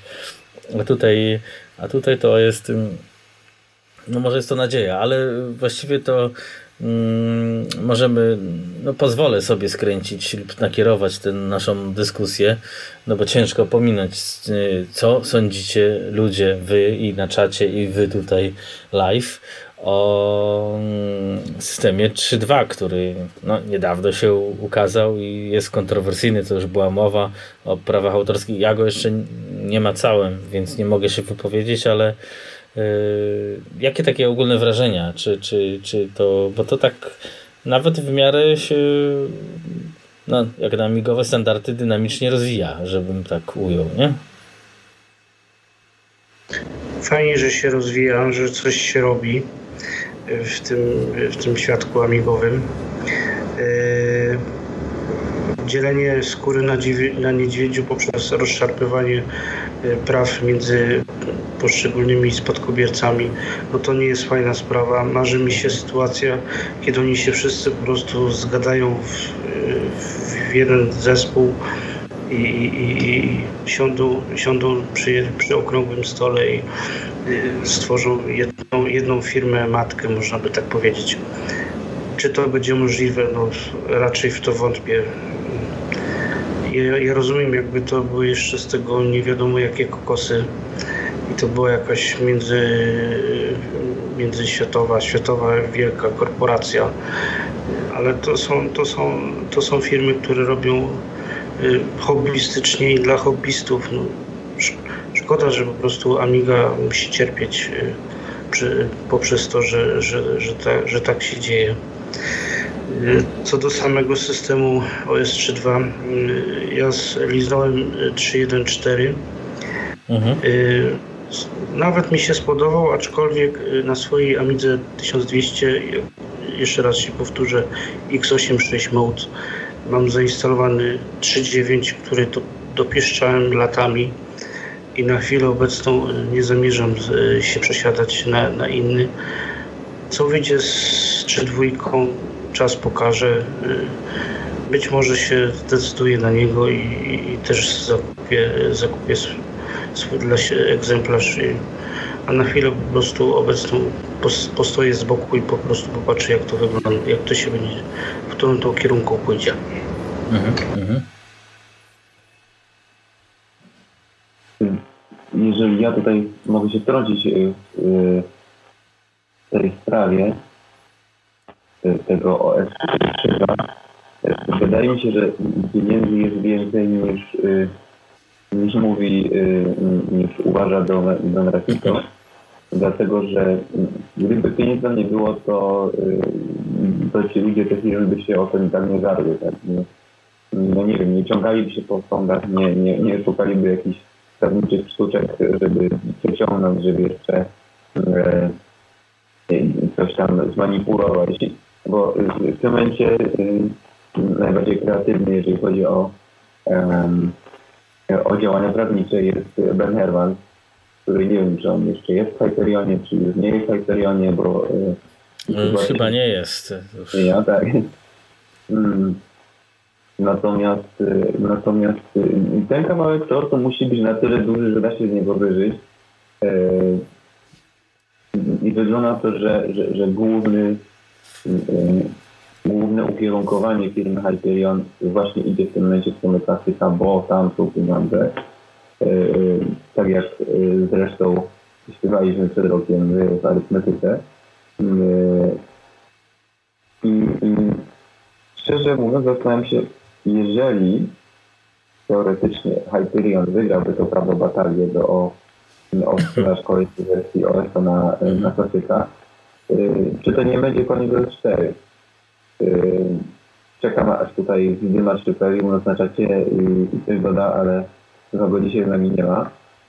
Speaker 1: A tutaj to jest, no może jest to nadzieja, ale właściwie to możemy, no pozwolę sobie skręcić lub nakierować tę naszą dyskusję, no bo ciężko pominąć, co sądzicie ludzie, wy i na czacie i wy tutaj live o systemie 3.2, który no, niedawno się ukazał i jest kontrowersyjny, to już była mowa o prawach autorskich. Ja go jeszcze nie macałem, więc nie mogę się wypowiedzieć, ale jakie takie ogólne wrażenia? Czy to, bo to tak nawet w miarę się, no, jak na amigowe standardy dynamicznie rozwija, żebym tak ujął, nie?
Speaker 3: Fajnie, że się rozwija, że coś się robi w tym świadku amigowym. Dzielenie skóry na niedźwiedziu poprzez rozszarpywanie praw między poszczególnymi spadkobiercami, no to nie jest fajna sprawa. Marzy mi się sytuacja, kiedy oni się wszyscy po prostu zgadają w jeden zespół i siądą przy okrągłym stole i stworzą jedną firmę matkę, można by tak powiedzieć. Czy to będzie możliwe? No raczej w to wątpię. Ja rozumiem, jakby to były jeszcze z tego nie wiadomo jakie kokosy i to była jakaś światowa wielka korporacja, ale to są firmy, które robią hobbystycznie i dla hobbystów. No, szkoda, że po prostu Amiga musi cierpieć poprzez to, że tak się dzieje. Co do samego systemu OS 3.2, ja liznąłem 3.1.4. Nawet mi się spodobał, aczkolwiek na swojej Amidze 1200, jeszcze raz się powtórzę, x86 Mode, mam zainstalowany 3.9, który dopieszczałem latami i na chwilę obecną nie zamierzam się przesiadać na inny. Co wyjdzie z 3.2, czas pokaże. Być może się zdecyduję na niego i też zakupię swój dla siebie egzemplarz, a na chwilę po prostu obecną postoję z boku i po prostu popatrzę, jak to wygląda, jak to się będzie, w którym to kierunku pójdzie.
Speaker 2: Jeżeli ja tutaj mogę się wtrącić w tej sprawie tego OS 3.2, wydaje mi się, że pieniędzy jest więcej niż mówi, niż uważa Don Rafito, dlatego że gdyby pieniędzy nie było, to ci ludzie te firmy by się o to tak nie żarły. Tak? No nie wiem, nie ciągaliby się po sądach, nie szukaliby jakichś prawniczych sztuczek, żeby przeciągnąć, żeby jeszcze coś tam zmanipulować, bo w tym momencie najbardziej kreatywny, jeżeli chodzi o działania prawnicze, jest Ben Herman, który nie wiem, czy on jeszcze jest w Hyperionie, czy już nie jest w Hyperionie, bo...
Speaker 1: chyba nie jest.
Speaker 2: Ja, tak. Natomiast ten kawałek tortu musi być na tyle duży, że da się z niego wyżyć. I wygląda na to, że główne ukierunkowanie firmy Hyperion właśnie idzie w tym momencie w stronę klasyka, bo tam są pieniądze. Tak jak zresztą śpiewaliśmy przed rokiem w arytmetyce. I szczerze mówiąc, zastanawiam się, jeżeli teoretycznie Hyperion wygrałby to prawo batalię o sprzedaż kolejnej wersji OS na klasyka, czy to nie będzie koniec OS 4? Czekam, aż tutaj zdyma szczypę i u nas na czacie i coś doda, ale chyba go dzisiaj z nami nie ma.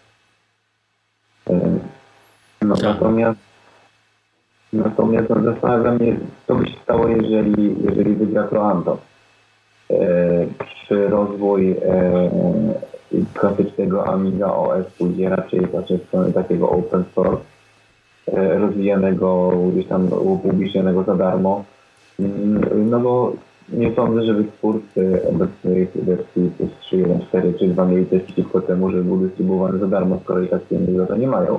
Speaker 2: Natomiast zastanawia mnie, co by się stało, jeżeli wygra to Anto. Czy rozwój klasycznego Amiga OS pójdzie raczej w stronę takiego open source, rozwijanego, gdzieś tam upublicznionego za darmo. No bo nie sądzę, żeby twórcy obecnej wersji 3.1.4 czy 2 mieli też przeciwko temu, żeby był dystrybuowany za darmo, skoro i tak pieniędzy za to nie mają.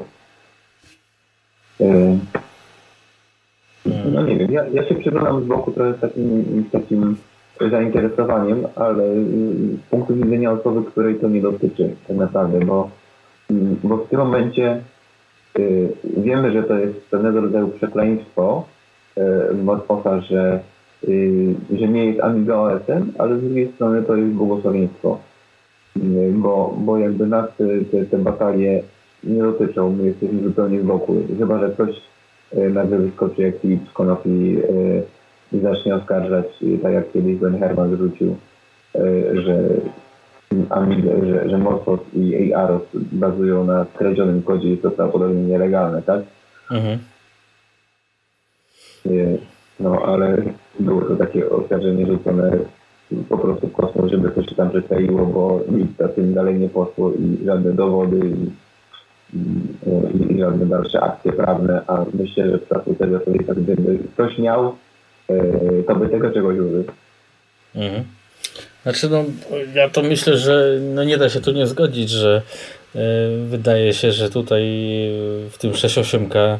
Speaker 2: No nie wiem, ja się przyglądam z boku trochę z takim zainteresowaniem, ale z punktu widzenia osoby, której to nie dotyczy tak naprawdę, bo w tym momencie wiemy, że to jest pewnego rodzaju przekleństwo Morfosa, że nie jest Amiga OS-em, ale z drugiej strony to jest błogosławieństwo, bo jakby nas te batalie nie dotyczą, my jesteśmy zupełnie z boku, chyba że ktoś nagle wyskoczy jak Filip z Konopi i zacznie oskarżać, tak jak kiedyś Ben Herman wyrzucił, że Morphos i Aros bazują na skradzionym kodzie, jest to prawdopodobnie nielegalne, tak? No, ale było to takie oskarżenie rzucone po prostu w kosmos, żeby coś się tam przykleiło, bo nic za tym dalej nie poszło i żadne dowody i żadne dalsze akcje prawne, a myślę, że w przypadku tego, to tak, gdyby ktoś miał, to by tego czegoś użył.
Speaker 1: Znaczy, no, ja to myślę, że no nie da się tu nie zgodzić, że wydaje się, że tutaj w tym 6.8K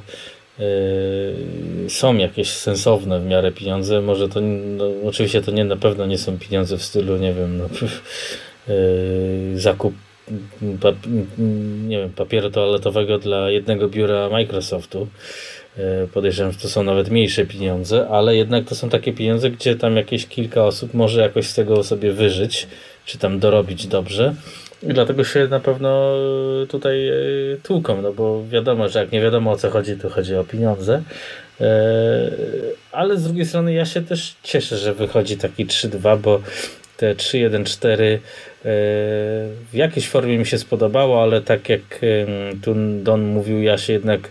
Speaker 1: są jakieś sensowne w miarę pieniądze. Może to, no, oczywiście to na pewno nie są pieniądze w stylu, nie wiem, zakup nie wiem, papieru toaletowego dla jednego biura Microsoftu. Podejrzewam, że to są nawet mniejsze pieniądze, ale jednak to są takie pieniądze, gdzie tam jakieś kilka osób może jakoś z tego sobie wyżyć, czy tam dorobić dobrze. I dlatego się na pewno tutaj tłuką, no bo wiadomo, że jak nie wiadomo o co chodzi, to chodzi o pieniądze. Ale z drugiej strony ja się też cieszę, że wychodzi taki 3.2, bo te 3.1.4 w jakiejś formie mi się spodobało, ale tak jak tu Don mówił, ja się jednak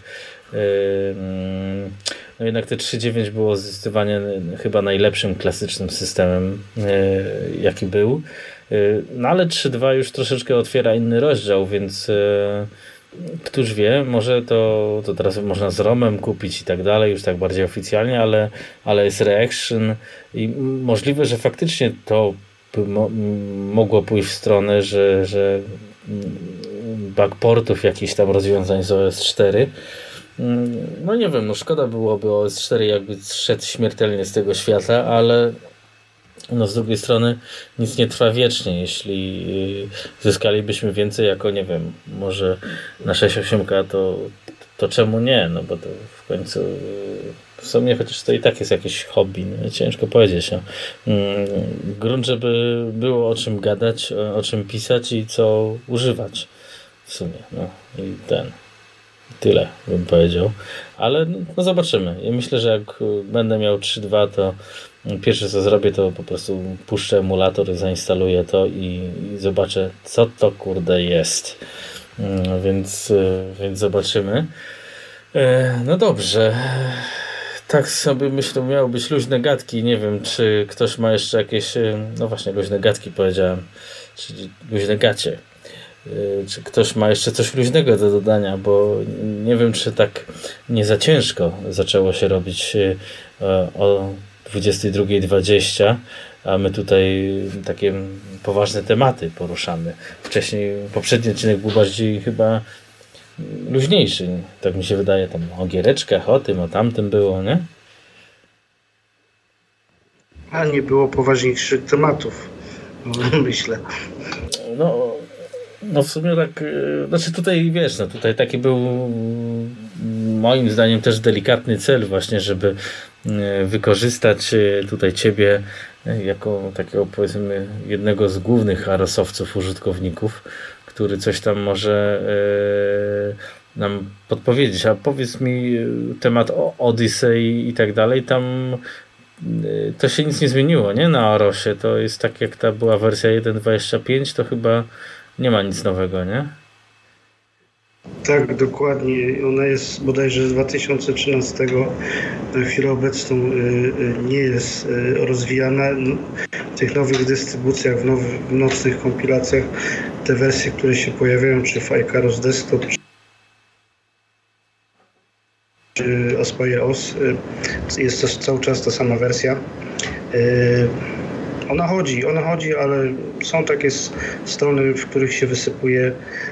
Speaker 1: no jednak te 3.9 było zdecydowanie chyba najlepszym klasycznym systemem jaki był. No ale 3.2 już troszeczkę otwiera inny rozdział, więc któż wie, może to teraz można z ROM-em kupić i tak dalej, już tak bardziej oficjalnie, ale jest Reaction i możliwe, że faktycznie to by mogło pójść w stronę, że backportów jakichś tam rozwiązań z OS 4. No nie wiem, no szkoda byłoby OS 4 jakby zszedł śmiertelnie z tego świata, ale no z drugiej strony nic nie trwa wiecznie. Jeśli zyskalibyśmy więcej jako, nie wiem, może na 6.8K, to czemu nie? No bo to w końcu w sumie chociaż to i tak jest jakieś hobby, no, ciężko powiedzieć. No. Grunt, żeby było o czym gadać, o czym pisać i co używać w sumie. No i tyle bym powiedział. Ale no zobaczymy. Ja myślę, że jak będę miał 3.2, to pierwsze co zrobię, to po prostu puszczę emulator, zainstaluję to i zobaczę, co to kurde jest. Więc zobaczymy. No dobrze. Tak sobie myślę, miały być luźne gadki. Nie wiem, czy ktoś ma jeszcze jakieś... No właśnie, luźne gadki powiedziałem. Czyli luźne gacie. Czy ktoś ma jeszcze coś luźnego do dodania, bo nie wiem, czy tak nie za ciężko zaczęło się robić o 22:20, a my tutaj takie poważne tematy poruszamy. Poprzedni odcinek był bardziej chyba luźniejszy, tak mi się wydaje, tam o giereczkach, o tym, o tamtym było, nie?
Speaker 3: A nie było poważniejszych tematów, myślę.
Speaker 1: No w sumie tak, znaczy tutaj wiesz, no tutaj taki był moim zdaniem też delikatny cel właśnie, żeby wykorzystać tutaj ciebie jako takiego powiedzmy jednego z głównych arosowców, użytkowników, który coś tam może nam podpowiedzieć. A powiedz mi temat Odyssey i tak dalej, tam to się nic nie zmieniło, nie? Na Arosie to jest tak jak ta była wersja 1.25, to chyba nie ma nic nowego, nie?
Speaker 3: Tak, dokładnie. Ona jest bodajże z 2013. Na chwilę obecną nie jest rozwijana. W tych nowych dystrybucjach, w nocnych kompilacjach te wersje, które się pojawiają, czy w Icarus Desktop, czy Aspire OS, jest to cały czas ta sama wersja. Ona chodzi, ale są takie strony, w których się wysypuje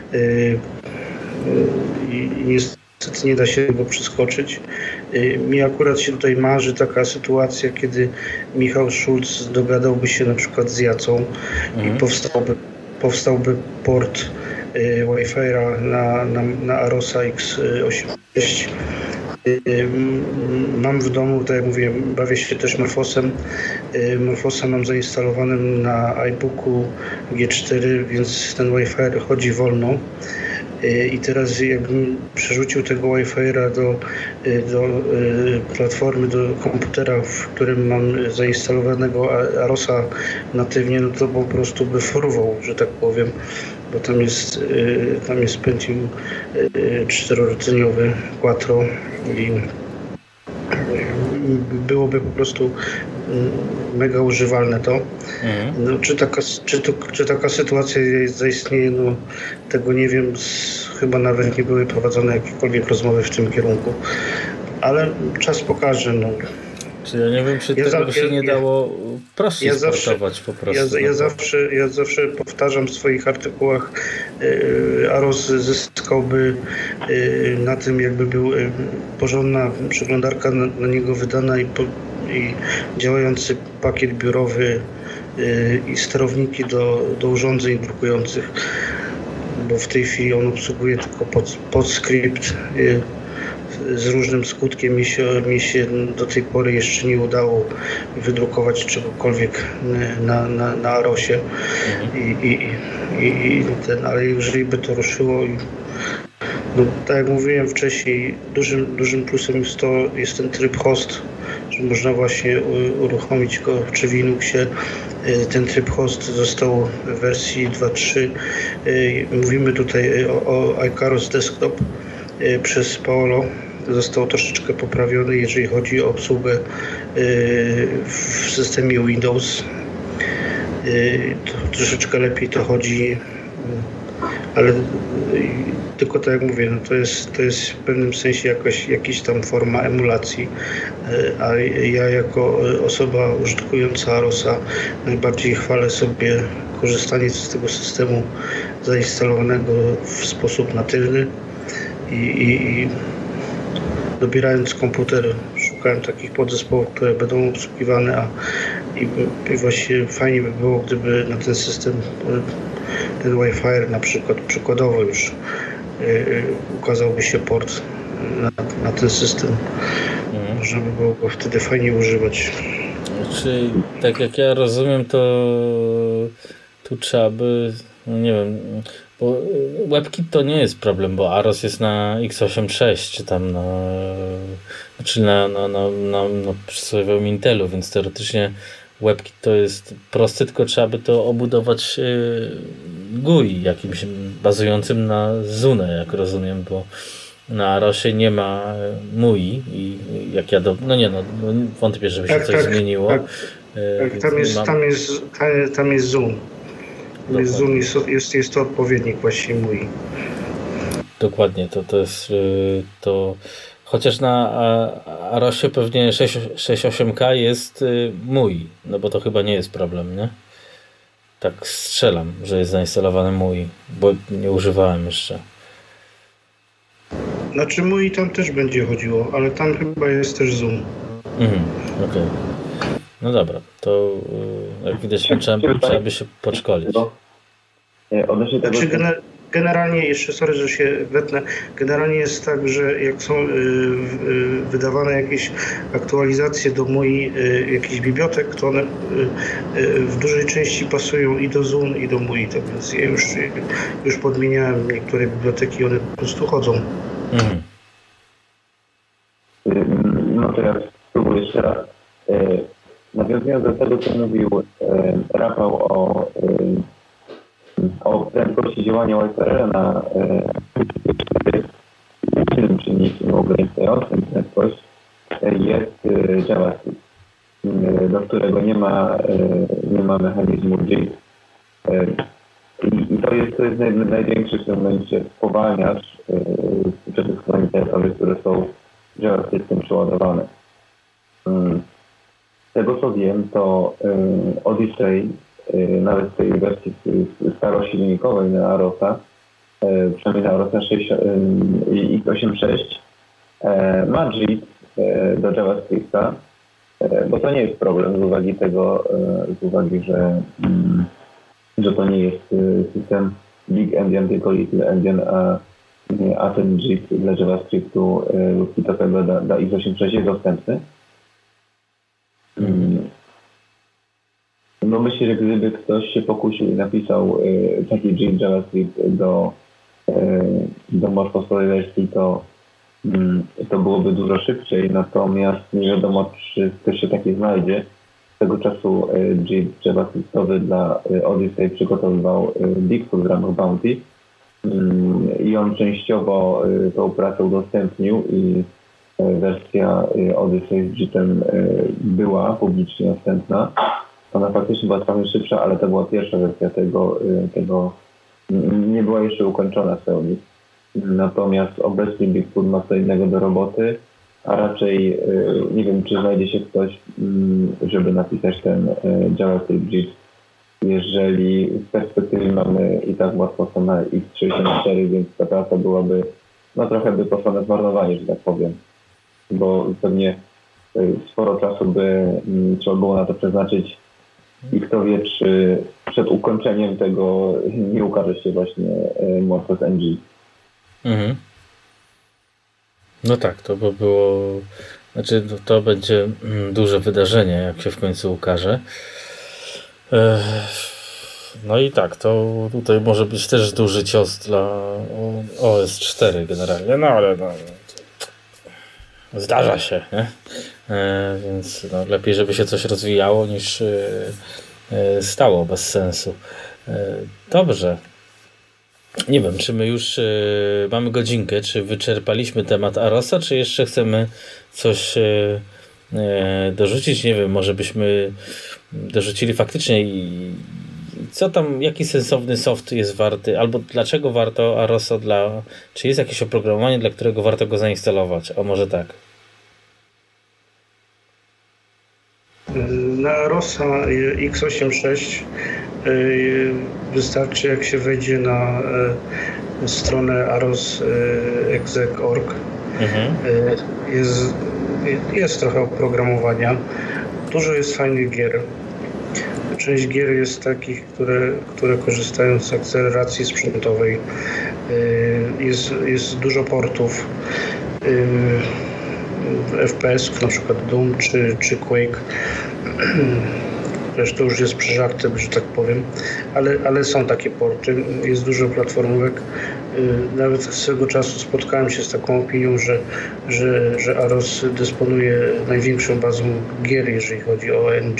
Speaker 3: i niestety nie da się go przeskoczyć. Mi akurat się tutaj marzy taka sytuacja, kiedy Michał Schulz dogadałby się na przykład z Jacą i powstałby port Wi-Fi'a na Arosa X86. Mam w domu, tak jak mówię, bawię się też Morphosem. Morphosa mam zainstalowanym na iBooku G4, więc ten Wi-Fi chodzi wolno. I teraz jakbym przerzucił tego Wi-Fi'a do platformy, do komputera, w którym mam zainstalowanego Arosa natywnie, no to po prostu by fruwał, że tak powiem, bo tam jest Pentium 4-rdzeniowy Quattro i byłoby po prostu mega używalne to. No, czy taka sytuacja zaistnieje, no tego nie wiem, chyba nawet nie były prowadzone jakiekolwiek rozmowy w tym kierunku, ale czas pokaże. No.
Speaker 1: Czy ja nie wiem, czy tego się nie dało prościej sportować po prostu.
Speaker 3: Ja zawsze powtarzam w swoich artykułach, Aros zyskałby na tym, jakby był porządna przeglądarka na niego wydana i działający pakiet biurowy i sterowniki do urządzeń drukujących. bo w tej chwili on obsługuje tylko PostScript z różnym skutkiem. Mi się do tej pory jeszcze nie udało wydrukować czegokolwiek na Arosie. Ale jeżeli by to ruszyło, no, tak jak mówiłem wcześniej, dużym plusem jest ten tryb host, że można właśnie uruchomić go czy w Linuxie. Ten tryb host został w wersji 2.3. Mówimy tutaj o Icarus Desktop przez Paolo. Został troszeczkę poprawiony, jeżeli chodzi o obsługę w systemie Windows. To troszeczkę lepiej to chodzi, ale tylko tak jak mówię, no to jest w pewnym sensie jakaś tam forma emulacji, a ja jako osoba użytkująca Arosa najbardziej chwalę sobie korzystanie z tego systemu zainstalowanego w sposób natywny i dobierając komputer szukałem takich podzespołów, które będą obsługiwane, i właśnie fajnie by było, gdyby na ten system, ten Wi-Fi na przykład przykładowo już ukazałby się port na ten system. Można by było go wtedy fajnie używać.
Speaker 1: Czyli tak jak ja rozumiem, to tu trzeba by, no nie wiem, bo WebKit to nie jest problem, bo Aros jest na x86 czy tam na przysłowiowym Intelu, więc teoretycznie WebKit to jest proste, tylko trzeba by to obudować GUI jakimś bazującym na Zune, jak rozumiem, bo na Arosie nie ma MUI i jak ja wątpię, żeby się coś zmieniło.
Speaker 3: Tak, tam jest Zoom. Jest to odpowiednik właśnie MUI.
Speaker 1: Dokładnie, to jest to. Chociaż na Arosie pewnie 6.8K jest MUI, no bo to chyba nie jest problem, nie? Tak strzelam, że jest zainstalowany MUI, bo nie używałem jeszcze.
Speaker 3: Znaczy MUI tam też będzie chodziło, ale tam chyba jest też Zoom.
Speaker 1: Okej. No dobra, to jak widać trzeba by się podszkolić.
Speaker 3: Generalnie, jeszcze sorry, że się wetnę, generalnie jest tak, że jak są wydawane jakieś aktualizacje do MUI, jakichś bibliotek, to one w dużej części pasują i do Zoom, i do MUI, tak więc ja już podmieniałem niektóre biblioteki, one po prostu chodzą.
Speaker 2: No to ja spróbuję jeszcze raz. Nawiązując do tego, co mówił Rafał o prędkości działania Wi-Fi na silnym czynnikiem ograniczającym prędkość jest JavaScript, do którego nie ma mechanizmu JIT. I to jest największy w tym momencie spowalniacz przesyskowań internetowych, które są JavaScriptem przeładowane. Z tego co wiem, to Odyssey nawet w tej wersji starosilnikowej na Arosa, przynajmniej na Arosa 6 i x86, ma JIT do JavaScripta, bo to nie jest problem z uwagi, że to nie jest system Big Endian, tylko Little Endian, a ten JIT dla JavaScriptu lub kitowego dla x86 jest dostępny. No myślę, że gdyby ktoś się pokusił i napisał taki JIT JavaScript do Morphosowej wersji, to byłoby dużo szybciej, natomiast nie wiadomo, czy ktoś się taki znajdzie. Z tego czasu JIT JavaScriptowy dla Odyssey przygotowywał Bigfoot w ramach Bounty i on częściowo tą pracę udostępnił i wersja Odyssey z JIT-em była publicznie dostępna. Ona faktycznie była trochę szybsza, ale to była pierwsza wersja tego nie była jeszcze ukończona w pełni. Natomiast obecnie Bigfoot ma co innego do roboty, a raczej nie wiem, czy znajdzie się ktoś, żeby napisać ten JavaScript JIT. Jeżeli w perspektywie mamy i tak łatwo są na x64, więc ta praca byłaby, no trochę by poszła na zmarnowanie, że tak powiem. Bo pewnie sporo czasu by trzeba było na to przeznaczyć i kto wie, czy przed ukończeniem tego nie ukaże się właśnie Morphos NG.
Speaker 1: Mhm. No tak, to by było... Znaczy, to będzie duże wydarzenie, jak się w końcu ukaże. No i tak, to tutaj może być też duży cios dla OS 4 generalnie, no ale zdarza się, nie? Więc lepiej, żeby się coś rozwijało niż stało bez sensu. Dobrze. Nie wiem, czy my już mamy godzinkę, czy wyczerpaliśmy temat Arosa, czy jeszcze chcemy coś dorzucić? Nie wiem, może byśmy dorzucili faktycznie co tam, jaki sensowny soft jest warty, albo dlaczego warto Arosa czy jest jakieś oprogramowanie, dla którego warto go zainstalować? O, może tak.
Speaker 3: Na Arosa x86 wystarczy, jak się wejdzie na stronę aros.exec.org. Jest trochę oprogramowania. Dużo jest fajnych gier. Część gier jest takich, które korzystają z akceleracji sprzętowej. Jest dużo portów FPS, na przykład Doom czy Quake. Zresztą już jest przeżarte, że tak powiem, ale są takie porty, jest dużo platformówek. Nawet swego czasu spotkałem się z taką opinią, że Aros dysponuje największą bazą gier, jeżeli chodzi o NG.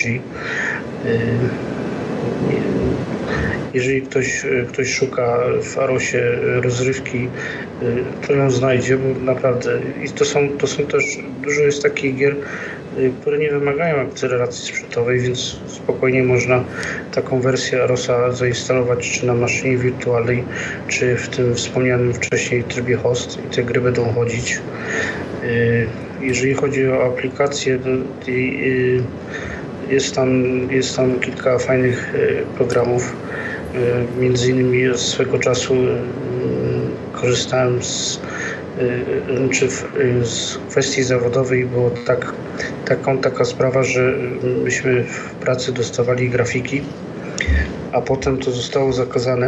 Speaker 3: Jeżeli ktoś szuka w Arosie rozrywki, to ją znajdzie, bo naprawdę i to są też, dużo jest takich gier, które nie wymagają akceleracji sprzętowej, więc spokojnie można taką wersję Arosa zainstalować czy na maszynie wirtualnej, czy w tym wspomnianym wcześniej trybie host i te gry będą chodzić. Jeżeli chodzi o aplikacje, jest tam kilka fajnych programów. Między innymi swego czasu korzystałem z kwestii zawodowej było taka sprawa, że myśmy w pracy dostawali grafiki, a potem to zostało zakazane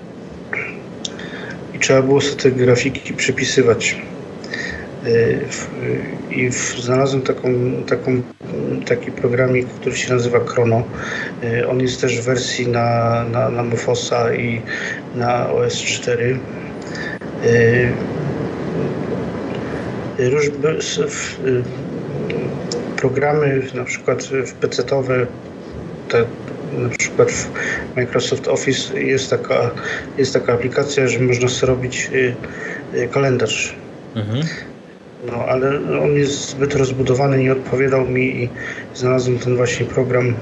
Speaker 3: i trzeba było sobie te grafiki przypisywać. I znalazłem taki programik, który się nazywa Chrono. On jest też w wersji na Morphosa i na OS 4. Programy na przykład w PC-owe, na przykład w Microsoft Office jest taka aplikacja, że można sobie robić kalendarz. No, ale on jest zbyt rozbudowany, nie odpowiadał mi i znalazłem ten właśnie program.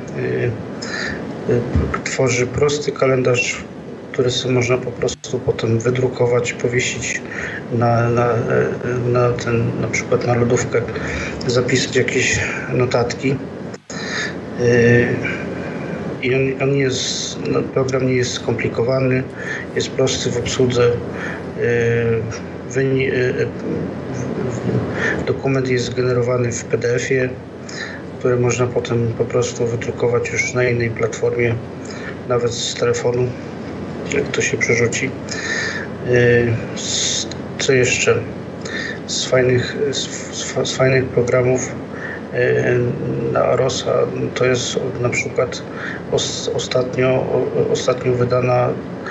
Speaker 3: Tworzy prosty kalendarz, który sobie można po prostu potem wydrukować, powiesić na przykład na lodówkę, zapisać jakieś notatki. I program nie jest skomplikowany, jest prosty w obsłudze. Dokument jest generowany w PDF-ie, który można potem po prostu wydrukować już na innej platformie, nawet z telefonu, jak to się przerzuci. Co jeszcze? Z fajnych programów na Arosa to jest na przykład ostatnio wydana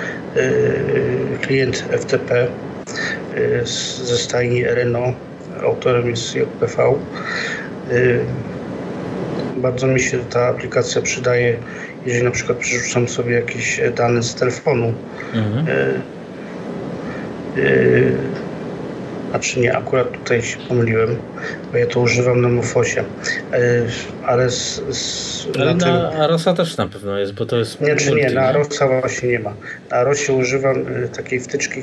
Speaker 3: klient FTP ze stajni RNO, autorem jest JPV. Bardzo mi się ta aplikacja przydaje, jeżeli na przykład przerzucam sobie jakieś dane z telefonu. Znaczy nie, akurat tutaj się pomyliłem, bo ja to używam na Morphosie. Ale
Speaker 1: na Arosa też na pewno jest, bo to jest
Speaker 3: nie, na Arosa właśnie nie ma. Na Arosie używam takiej wtyczki,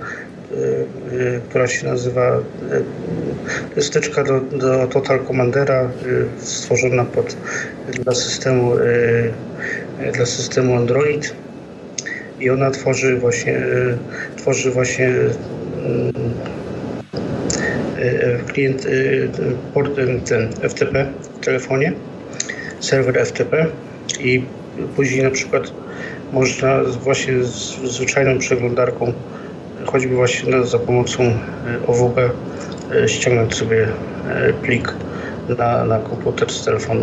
Speaker 3: która się nazywa, to jest wtyczka do Total Commandera, stworzona dla systemu Android i ona tworzy właśnie klient, port ten FTP w telefonie, serwer FTP i później na przykład można właśnie z zwyczajną przeglądarką, choćby właśnie za pomocą OWB, ściągnąć sobie plik na komputer z telefonu.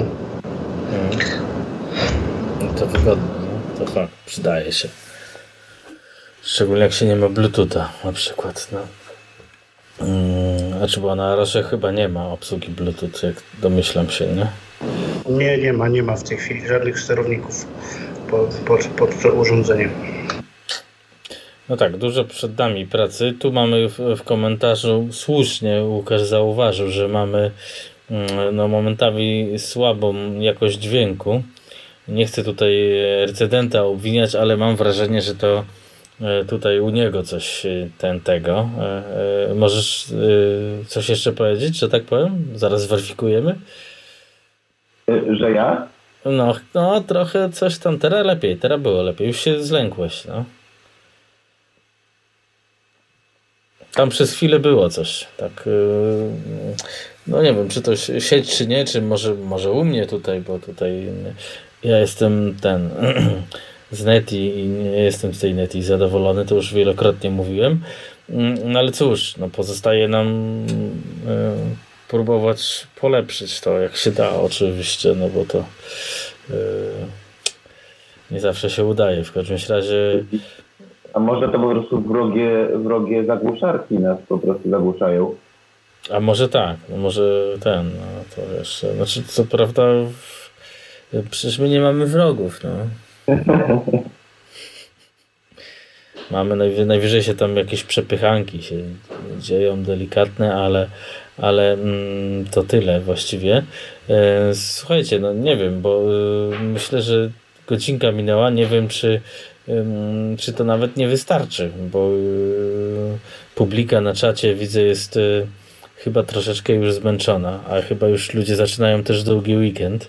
Speaker 1: No to wygodne, no. To fakt, przydaje się. Szczególnie jak się nie ma Bluetootha na przykład. No. Znaczy, bo na Arosie chyba nie ma obsługi Bluetooth, jak domyślam się, nie?
Speaker 3: Nie ma w tej chwili żadnych sterowników pod to urządzenie.
Speaker 1: No tak, dużo przed nami pracy. Tu mamy w komentarzu, słusznie Łukasz zauważył, że mamy momentami słabą jakość dźwięku. Nie chcę tutaj recydenta obwiniać, ale mam wrażenie, że to tutaj u niego coś tego. Możesz coś jeszcze powiedzieć, że tak powiem? Zaraz zweryfikujemy.
Speaker 2: Że ja?
Speaker 1: No trochę coś tam, teraz było lepiej. Już się zlękłeś, no. Tam przez chwilę było coś, tak, no nie wiem, czy to sieć, czy nie, czy może u mnie tutaj, bo tutaj ja jestem z Neti i nie jestem z tej Neti zadowolony, to już wielokrotnie mówiłem, no ale cóż, no pozostaje nam próbować polepszyć to, jak się da oczywiście, no bo to nie zawsze się udaje, w każdym razie.
Speaker 2: A może to po prostu wrogie zagłuszarki nas po prostu zagłuszają?
Speaker 1: A może tak, no może no to wiesz, znaczy co prawda przecież my nie mamy wrogów, no. Mamy najwyżej się tam jakieś przepychanki się dzieją delikatne, ale to tyle właściwie. Słuchajcie, no nie wiem, bo myślę, że godzinka minęła, nie wiem czy to nawet nie wystarczy, bo publika na czacie widzę jest chyba troszeczkę już zmęczona, a chyba już ludzie zaczynają też długi weekend,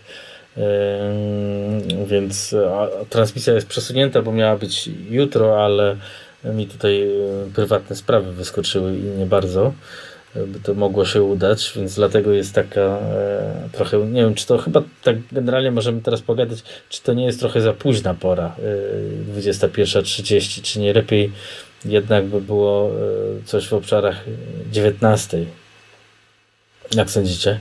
Speaker 1: więc transmisja jest przesunięta, bo miała być jutro, ale mi tutaj prywatne sprawy wyskoczyły i nie bardzo by to mogło się udać, więc dlatego jest taka trochę, nie wiem, czy to chyba tak generalnie możemy teraz pogadać, czy to nie jest trochę za późna pora, 21:30, czy nie lepiej jednak by było coś w obszarach 19. Jak sądzicie?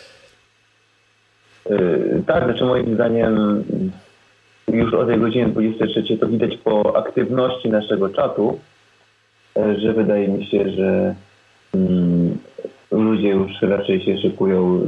Speaker 2: Tak, znaczy moim zdaniem już o tej godzinie 23 to widać po aktywności naszego czatu, że wydaje mi się, że ludzie już raczej się szykują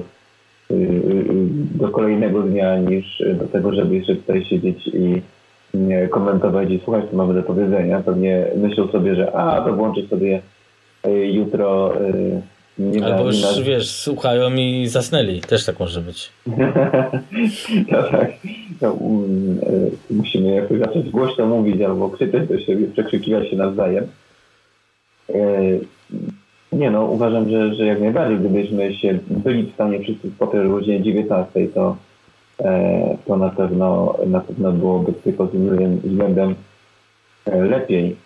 Speaker 2: do kolejnego dnia niż do tego, żeby jeszcze tutaj siedzieć i komentować i słuchać, co mamy do powiedzenia. Pewnie myślą sobie, że to włączę sobie jutro.
Speaker 1: Albo już wiesz, słuchają i zasnęli. Też tak może być.
Speaker 2: No tak. Musimy jakoś zacząć głośno mówić albo krzyczeć do siebie, przekrzykiwać się nawzajem. Nie no, uważam, że jak najbardziej, gdybyśmy się byli w stanie wszyscy spotkać o godzinie 19, to na pewno byłoby tylko pod względem lepiej.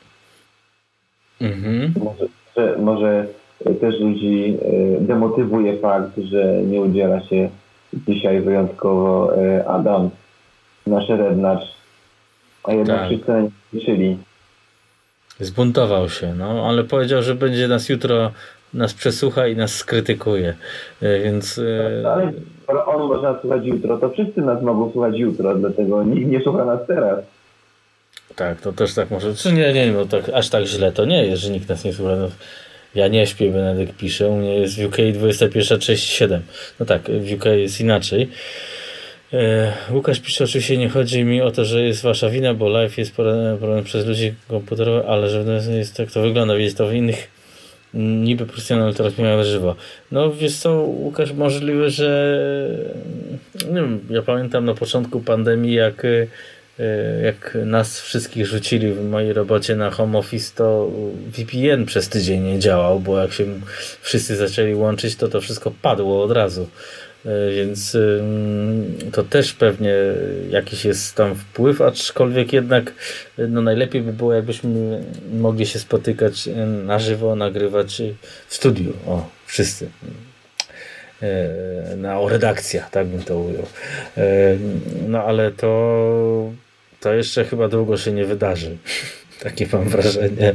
Speaker 2: Może też ludzi demotywuje fakt, że nie udziela się dzisiaj wyjątkowo Adam, nasz rednacz, a jednak wszyscy na nie liczyli.
Speaker 1: Zbuntował się, no, ale powiedział, że będzie nas przesłucha i nas skrytykuje, więc...
Speaker 2: Ale skoro on może nas słuchać jutro, to wszyscy nas mogą słuchać jutro, dlatego nikt nie słucha nas teraz.
Speaker 1: Tak, to też tak może... Czy nie, no tak, aż tak źle to nie jest, że nikt nas nie słucha. No, ja nie śpię, Benedykt pisze, u mnie jest w UK 21:37. No tak, w UK jest inaczej. Łukasz pisze, oczywiście nie chodzi mi o to, że jest wasza wina, bo live jest problem przez ludzi komputerowych, ale że jest tak to wygląda, widzieć to w innych niby profesjonalnych teraz miałem na żywo. No wiesz co, Łukasz, możliwe, że nie wiem, ja pamiętam na początku pandemii, jak nas wszystkich rzucili w mojej robocie na home office, to VPN przez tydzień nie działał, bo jak się wszyscy zaczęli łączyć, to wszystko padło od razu. Więc to też pewnie jakiś jest tam wpływ, aczkolwiek jednak no najlepiej by było, jakbyśmy mogli się spotykać na żywo, nagrywać w studiu. O, wszyscy. na redakcja, tak bym to ujął. No ale to jeszcze chyba długo się nie wydarzy. Takie mam wrażenie.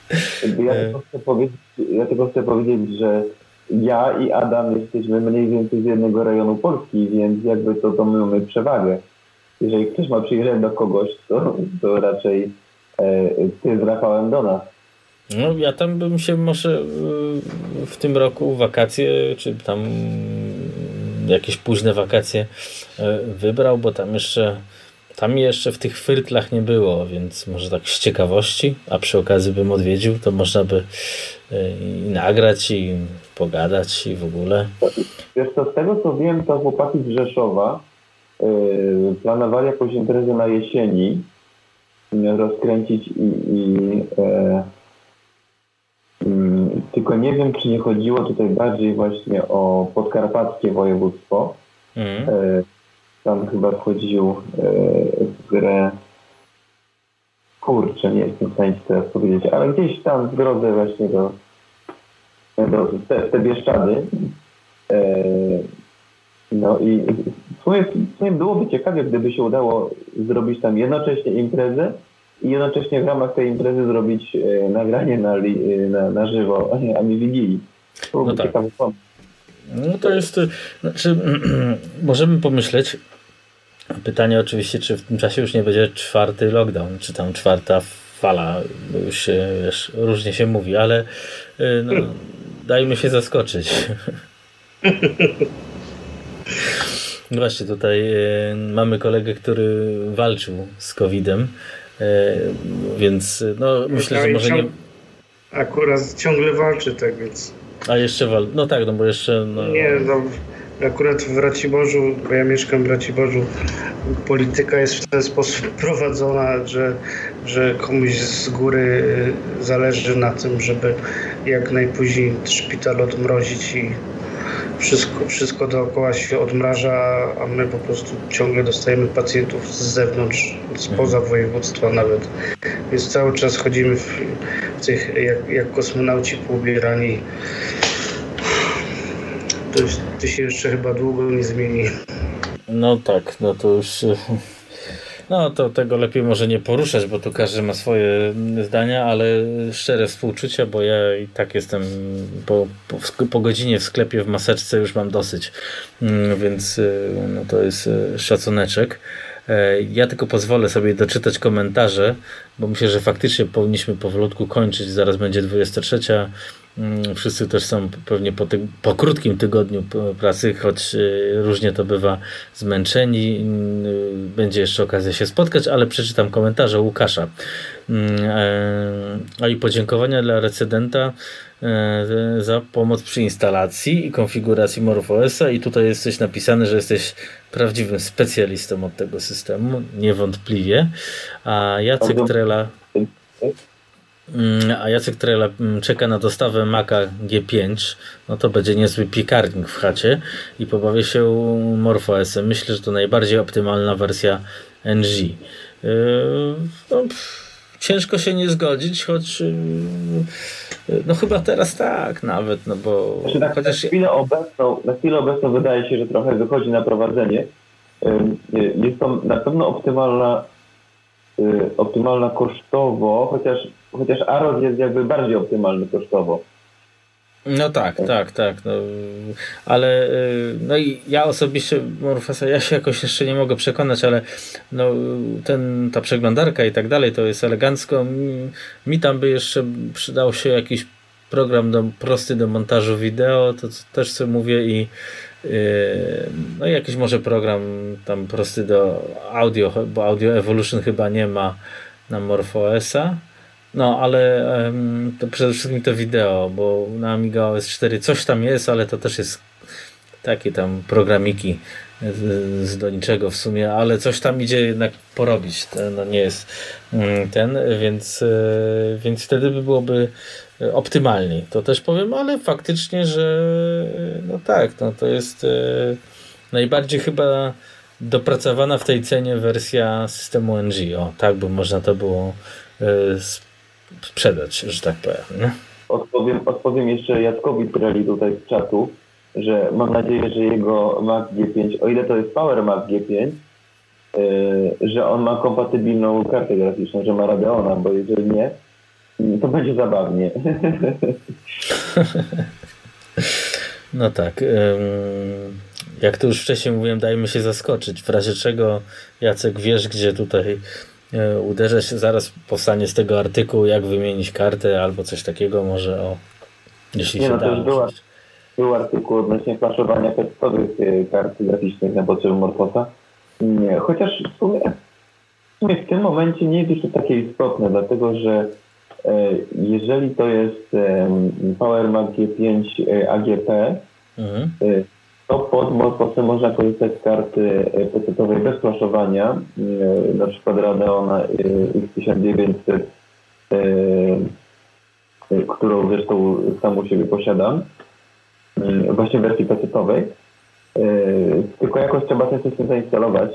Speaker 2: Ja tylko chcę powiedzieć, że ja i Adam jesteśmy mniej więcej z jednego rejonu Polski, więc jakby to my mamy przewagę. Jeżeli ktoś ma przyjechać do kogoś, to raczej ty z Rafałem do nas.
Speaker 1: No ja tam bym się może w tym roku wakacje, czy tam jakieś późne wakacje wybrał, bo tam jeszcze w tych Fyrtlach nie było, więc może tak z ciekawości, a przy okazji bym odwiedził, to można by i nagrać, i pogadać, i w ogóle.
Speaker 2: Wiesz co, z tego co wiem, to chłopaki z Rzeszowa planowali jakąś imprezę na jesieni rozkręcić tylko nie wiem, czy nie chodziło tutaj bardziej właśnie o podkarpackie województwo. Tam chyba wchodził w grę, kurczę, nie jestem w stanie teraz powiedzieć, ale gdzieś tam w drodze właśnie do te Bieszczady. No i w sumie byłoby ciekawie, gdyby się udało zrobić tam jednocześnie imprezę i jednocześnie w ramach tej imprezy zrobić nagranie na żywo, a nie wigilii. To byłby ciekawy pomysł.
Speaker 1: No to jest, znaczy możemy pomyśleć, pytanie oczywiście, czy w tym czasie już nie będzie 4. lockdown, czy tam 4. fala, bo już się, wiesz, różnie się mówi, ale no, dajmy się zaskoczyć. Właśnie tutaj mamy kolegę, który walczył z COVID-em, więc no myślę, że może nie...
Speaker 3: Akurat ciągle walczy, tak więc...
Speaker 1: A jeszcze no tak, no bo jeszcze... No...
Speaker 3: Nie, no akurat w Raciborzu, bo ja mieszkam w Raciborzu, polityka jest w ten sposób prowadzona, że komuś z góry zależy na tym, żeby jak najpóźniej szpital odmrozić i wszystko dookoła się odmraża, a my po prostu ciągle dostajemy pacjentów z zewnątrz, spoza województwa nawet. Więc cały czas chodzimy w tych jak kosmonauci poubierani. To się jeszcze chyba długo nie zmieni.
Speaker 1: No tak, no to już... No to tego lepiej może nie poruszać, bo tu każdy ma swoje zdania, ale szczere współczucia, bo ja i tak jestem po godzinie w sklepie w maseczce już mam dosyć, więc no to jest szacuneczek. Ja tylko pozwolę sobie doczytać komentarze, bo myślę, że faktycznie powinniśmy powolutku kończyć, zaraz będzie 23. Wszyscy też są pewnie po krótkim tygodniu pracy, choć różnie to bywa, zmęczeni. Będzie jeszcze okazja się spotkać, ale przeczytam komentarze Łukasza. A i podziękowania dla recydenta za pomoc przy instalacji i konfiguracji MorphOS-a i tutaj jest coś napisane, że jesteś prawdziwym specjalistą od tego systemu, niewątpliwie. A Jacek Trela czeka na dostawę Maca G5, no to będzie niezły piekarnik w chacie i pobawię się MorphOS-em. Myślę, że to najbardziej optymalna wersja NG. No, ciężko się nie zgodzić, choć no chyba teraz tak nawet, no bo
Speaker 2: znaczy,
Speaker 1: chociaż...
Speaker 2: na chwilę obecną wydaje się, że trochę wychodzi na prowadzenie. Jest to na pewno optymalna kosztowo, chociaż Aros jest jakby bardziej optymalny kosztowo.
Speaker 1: No tak. No, ale no i ja osobiście MorphOS-a ja się jakoś jeszcze nie mogę przekonać, ale no, ta przeglądarka i tak dalej to jest elegancko. Mi tam by jeszcze przydał się jakiś program prosty do montażu wideo, to też co mówię i no i jakiś może program tam prosty do audio, bo Audio Evolution chyba nie ma na MorphOS-a. No, ale to przede wszystkim to wideo, bo na Amiga OS 4 coś tam jest, ale to też jest takie tam programiki do niczego w sumie, ale coś tam idzie jednak porobić. No nie jest więc wtedy by byłoby optymalniej. To też powiem, ale faktycznie, że no tak, no to jest najbardziej chyba dopracowana w tej cenie wersja systemu NG. O, tak by można to było sprzedać, że tak powiem. Nie?
Speaker 2: Odpowiem jeszcze Jackowi Treli tutaj z czatu. że mam nadzieję, że jego Mac G5, o ile to jest Power Mac G5, że on ma kompatybilną kartę graficzną, że ma Radeona, bo jeżeli nie, to będzie zabawnie.
Speaker 1: No tak. Jak to już wcześniej mówiłem, dajmy się zaskoczyć. W razie czego, Jacek, wiesz, gdzie tutaj uderzać. Zaraz powstanie z tego artykuł, jak wymienić kartę albo coś takiego, może jeśli się da.
Speaker 2: Był artykuł odnośnie flashowania testowych kart graficznych na potrzeby Morfosa. Nie, chociaż w sumie w tym momencie nie jest już to takie istotne, dlatego że jeżeli to jest Power Mac G5 AGP, to pod Morfosem można korzystać z karty PC-owej bez flashowania, na przykład Radeona X1900, którą zresztą sam u siebie posiadam, właśnie w wersji PC-owej. Tylko jakoś trzeba ten system zainstalować,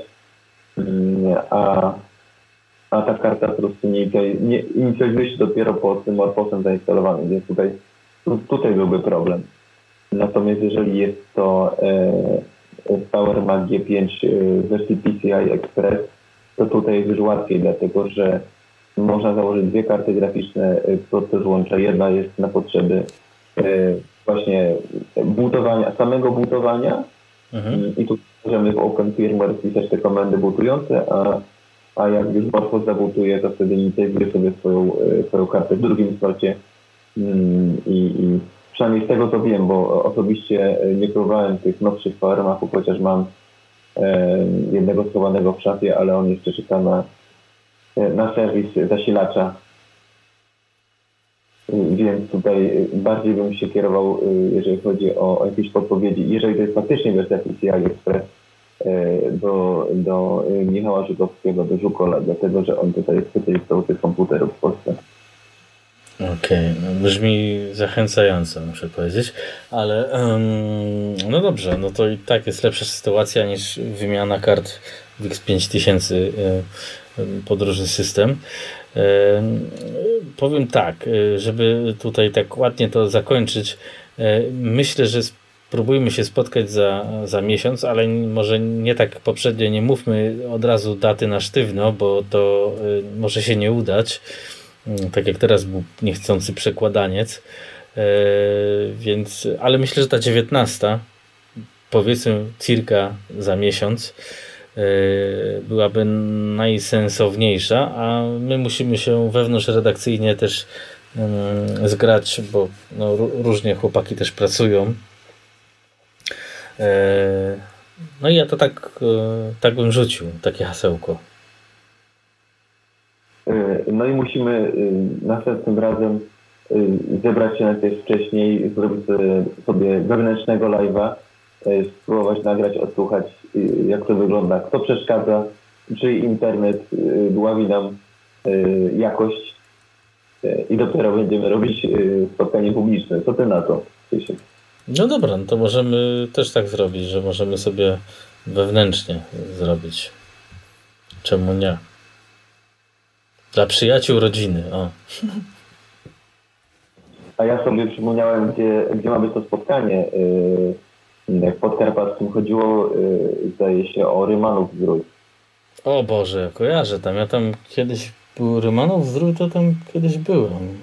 Speaker 2: a ta karta po prostu nie inicjalizuje się dopiero po tym Morfosem zainstalowanym, więc tutaj byłby problem. Natomiast jeżeli jest to Power Mac G5 w wersji PCI Express, to tutaj jest już łatwiej, dlatego że można założyć dwie karty graficzne podczas łącza. Jedna jest na potrzeby właśnie samego bootowania i tu możemy w Open Firmware wpisać te komendy bootujące, a jak już Morfos zabootuje, to wtedy inicjalizuje sobie swoją kartę w drugim slocie i przynajmniej z tego co wiem, bo osobiście nie próbowałem tych nowszych Power Maców, chociaż mam jednego schowanego w szafie, ale on jeszcze czeka na serwis zasilacza. Więc tutaj bardziej bym się kierował, jeżeli chodzi o jakieś podpowiedzi, jeżeli to jest faktycznie wersja PCI Express, do Michała Żukowskiego, do Żukola, dlatego że on tutaj jest specjalistą tych komputerów w Polsce.
Speaker 1: Okej, no brzmi zachęcająco, muszę powiedzieć, ale no dobrze, no to i tak jest lepsza sytuacja niż wymiana kart w X5000 pod różny system. Powiem tak, żeby tutaj tak ładnie to zakończyć, myślę, że spróbujmy się spotkać za miesiąc, ale może nie tak poprzednio, nie mówmy od razu daty na sztywno, bo to może się nie udać. Tak jak teraz był niechcący przekładaniec, więc, ale myślę, że ta 19, powiedzmy circa za miesiąc, byłaby najsensowniejsza, a my musimy się wewnątrz redakcyjnie też zgrać, bo no, różnie chłopaki też pracują. No i ja to tak bym rzucił, takie hasełko.
Speaker 2: No i musimy następnym razem zebrać się najpierw wcześniej, zrobić sobie wewnętrznego live'a, spróbować nagrać, odsłuchać, jak to wygląda, kto przeszkadza, czy internet dławi nam jakość i dopiero będziemy robić spotkanie publiczne. Co ty na to, Krzysiek?
Speaker 1: No dobra, no to możemy też tak zrobić, że możemy sobie wewnętrznie zrobić. Czemu nie? Dla przyjaciół rodziny, o.
Speaker 2: A ja sobie przypomniałem, gdzie ma być to spotkanie. W Podkarpackim chodziło, zdaje się, o Rymanów-Zdrój.
Speaker 1: O Boże, kojarzę tam. Ja tam kiedyś był Rymanów-Zdrój, to tam kiedyś byłem.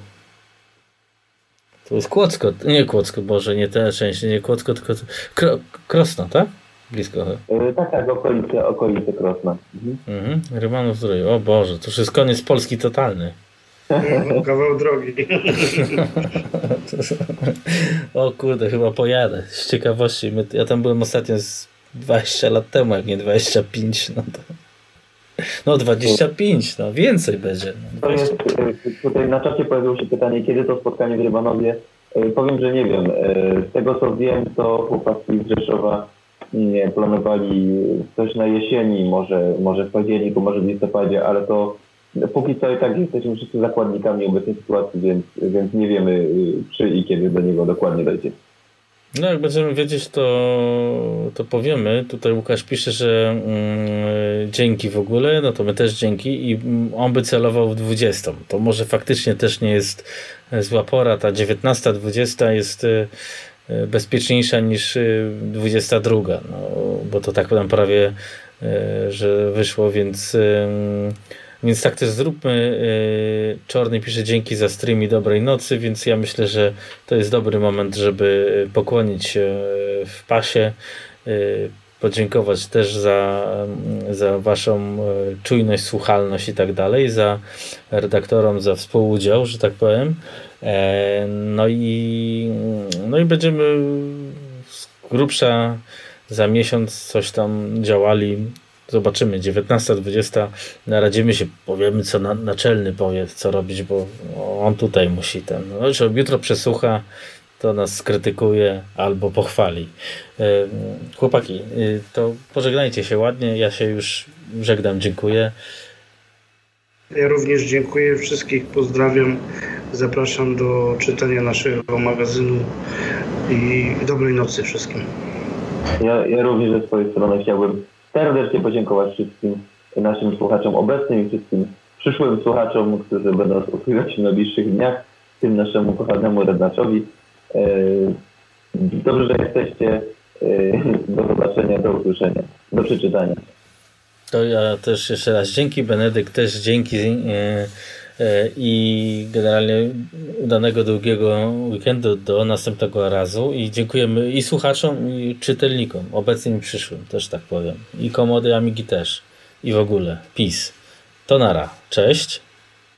Speaker 1: To jest Kłodzko, nie Kłodzko, Boże, nie te części, nie Kłodzko, tylko Krosno, tak? Blisko.
Speaker 2: Tak, okolice Krosna.
Speaker 1: Rymanów-Zdrój, o Boże, to już jest koniec Polski totalny.
Speaker 3: Kawał drogi.
Speaker 1: O kurde, chyba pojadę. Z ciekawości. Ja tam byłem ostatnio z 20 lat temu, jak nie 25. No 25, no więcej będzie. No,
Speaker 2: to jest, tutaj na czacie pojawiło się pytanie, kiedy to spotkanie w Rymanowie. Powiem, że nie wiem. Z tego co wiem, to chłopaki z Rzeszowa planowali coś na jesieni, może w październiku, może w listopadzie, ale to póki co i tak jesteśmy wszyscy zakładnikami obecnej sytuacji, więc nie wiemy, czy i kiedy do niego dokładnie dojdzie.
Speaker 1: No jak będziemy wiedzieć, to powiemy. Tutaj Łukasz pisze, że dzięki w ogóle, no to my też dzięki i on by celował w 20. To może faktycznie też nie jest zła pora. Ta 19, 20 jest bezpieczniejsza niż 22, no, bo to tak tam prawie, że wyszło, więc tak też zróbmy. Czorny pisze: dzięki za stream i dobrej nocy, więc ja myślę, że to jest dobry moment, żeby pokłonić się w pasie, podziękować też za waszą czujność, słuchalność i tak dalej, za redaktorom za współudział, że tak powiem. No i będziemy z grubsza za miesiąc coś tam działali. Zobaczymy, 19-20, naradzimy się, powiemy, co naczelny powie, co robić, bo on tutaj musi jutro przesłucha, to nas skrytykuje albo pochwali. Chłopaki, to pożegnajcie się ładnie, ja się już żegnam, dziękuję.
Speaker 3: Ja również dziękuję, wszystkich pozdrawiam, zapraszam do czytania naszego magazynu i dobrej nocy wszystkim.
Speaker 2: Ja również ze swojej strony chciałbym serdecznie podziękować wszystkim naszym słuchaczom obecnym i wszystkim przyszłym słuchaczom, którzy będą nas usłyszeć w najbliższych dniach, tym naszemu kochanemu redaktowi. Dobrze, że jesteście. Do zobaczenia, do usłyszenia, do przeczytania.
Speaker 1: To ja też jeszcze raz dzięki, Benedykt też dzięki i generalnie udanego długiego weekendu do następnego razu i dziękujemy i słuchaczom, i czytelnikom, obecnym i przyszłym, też tak powiem, i Komody Amigi też i w ogóle. Peace. To nara. Cześć.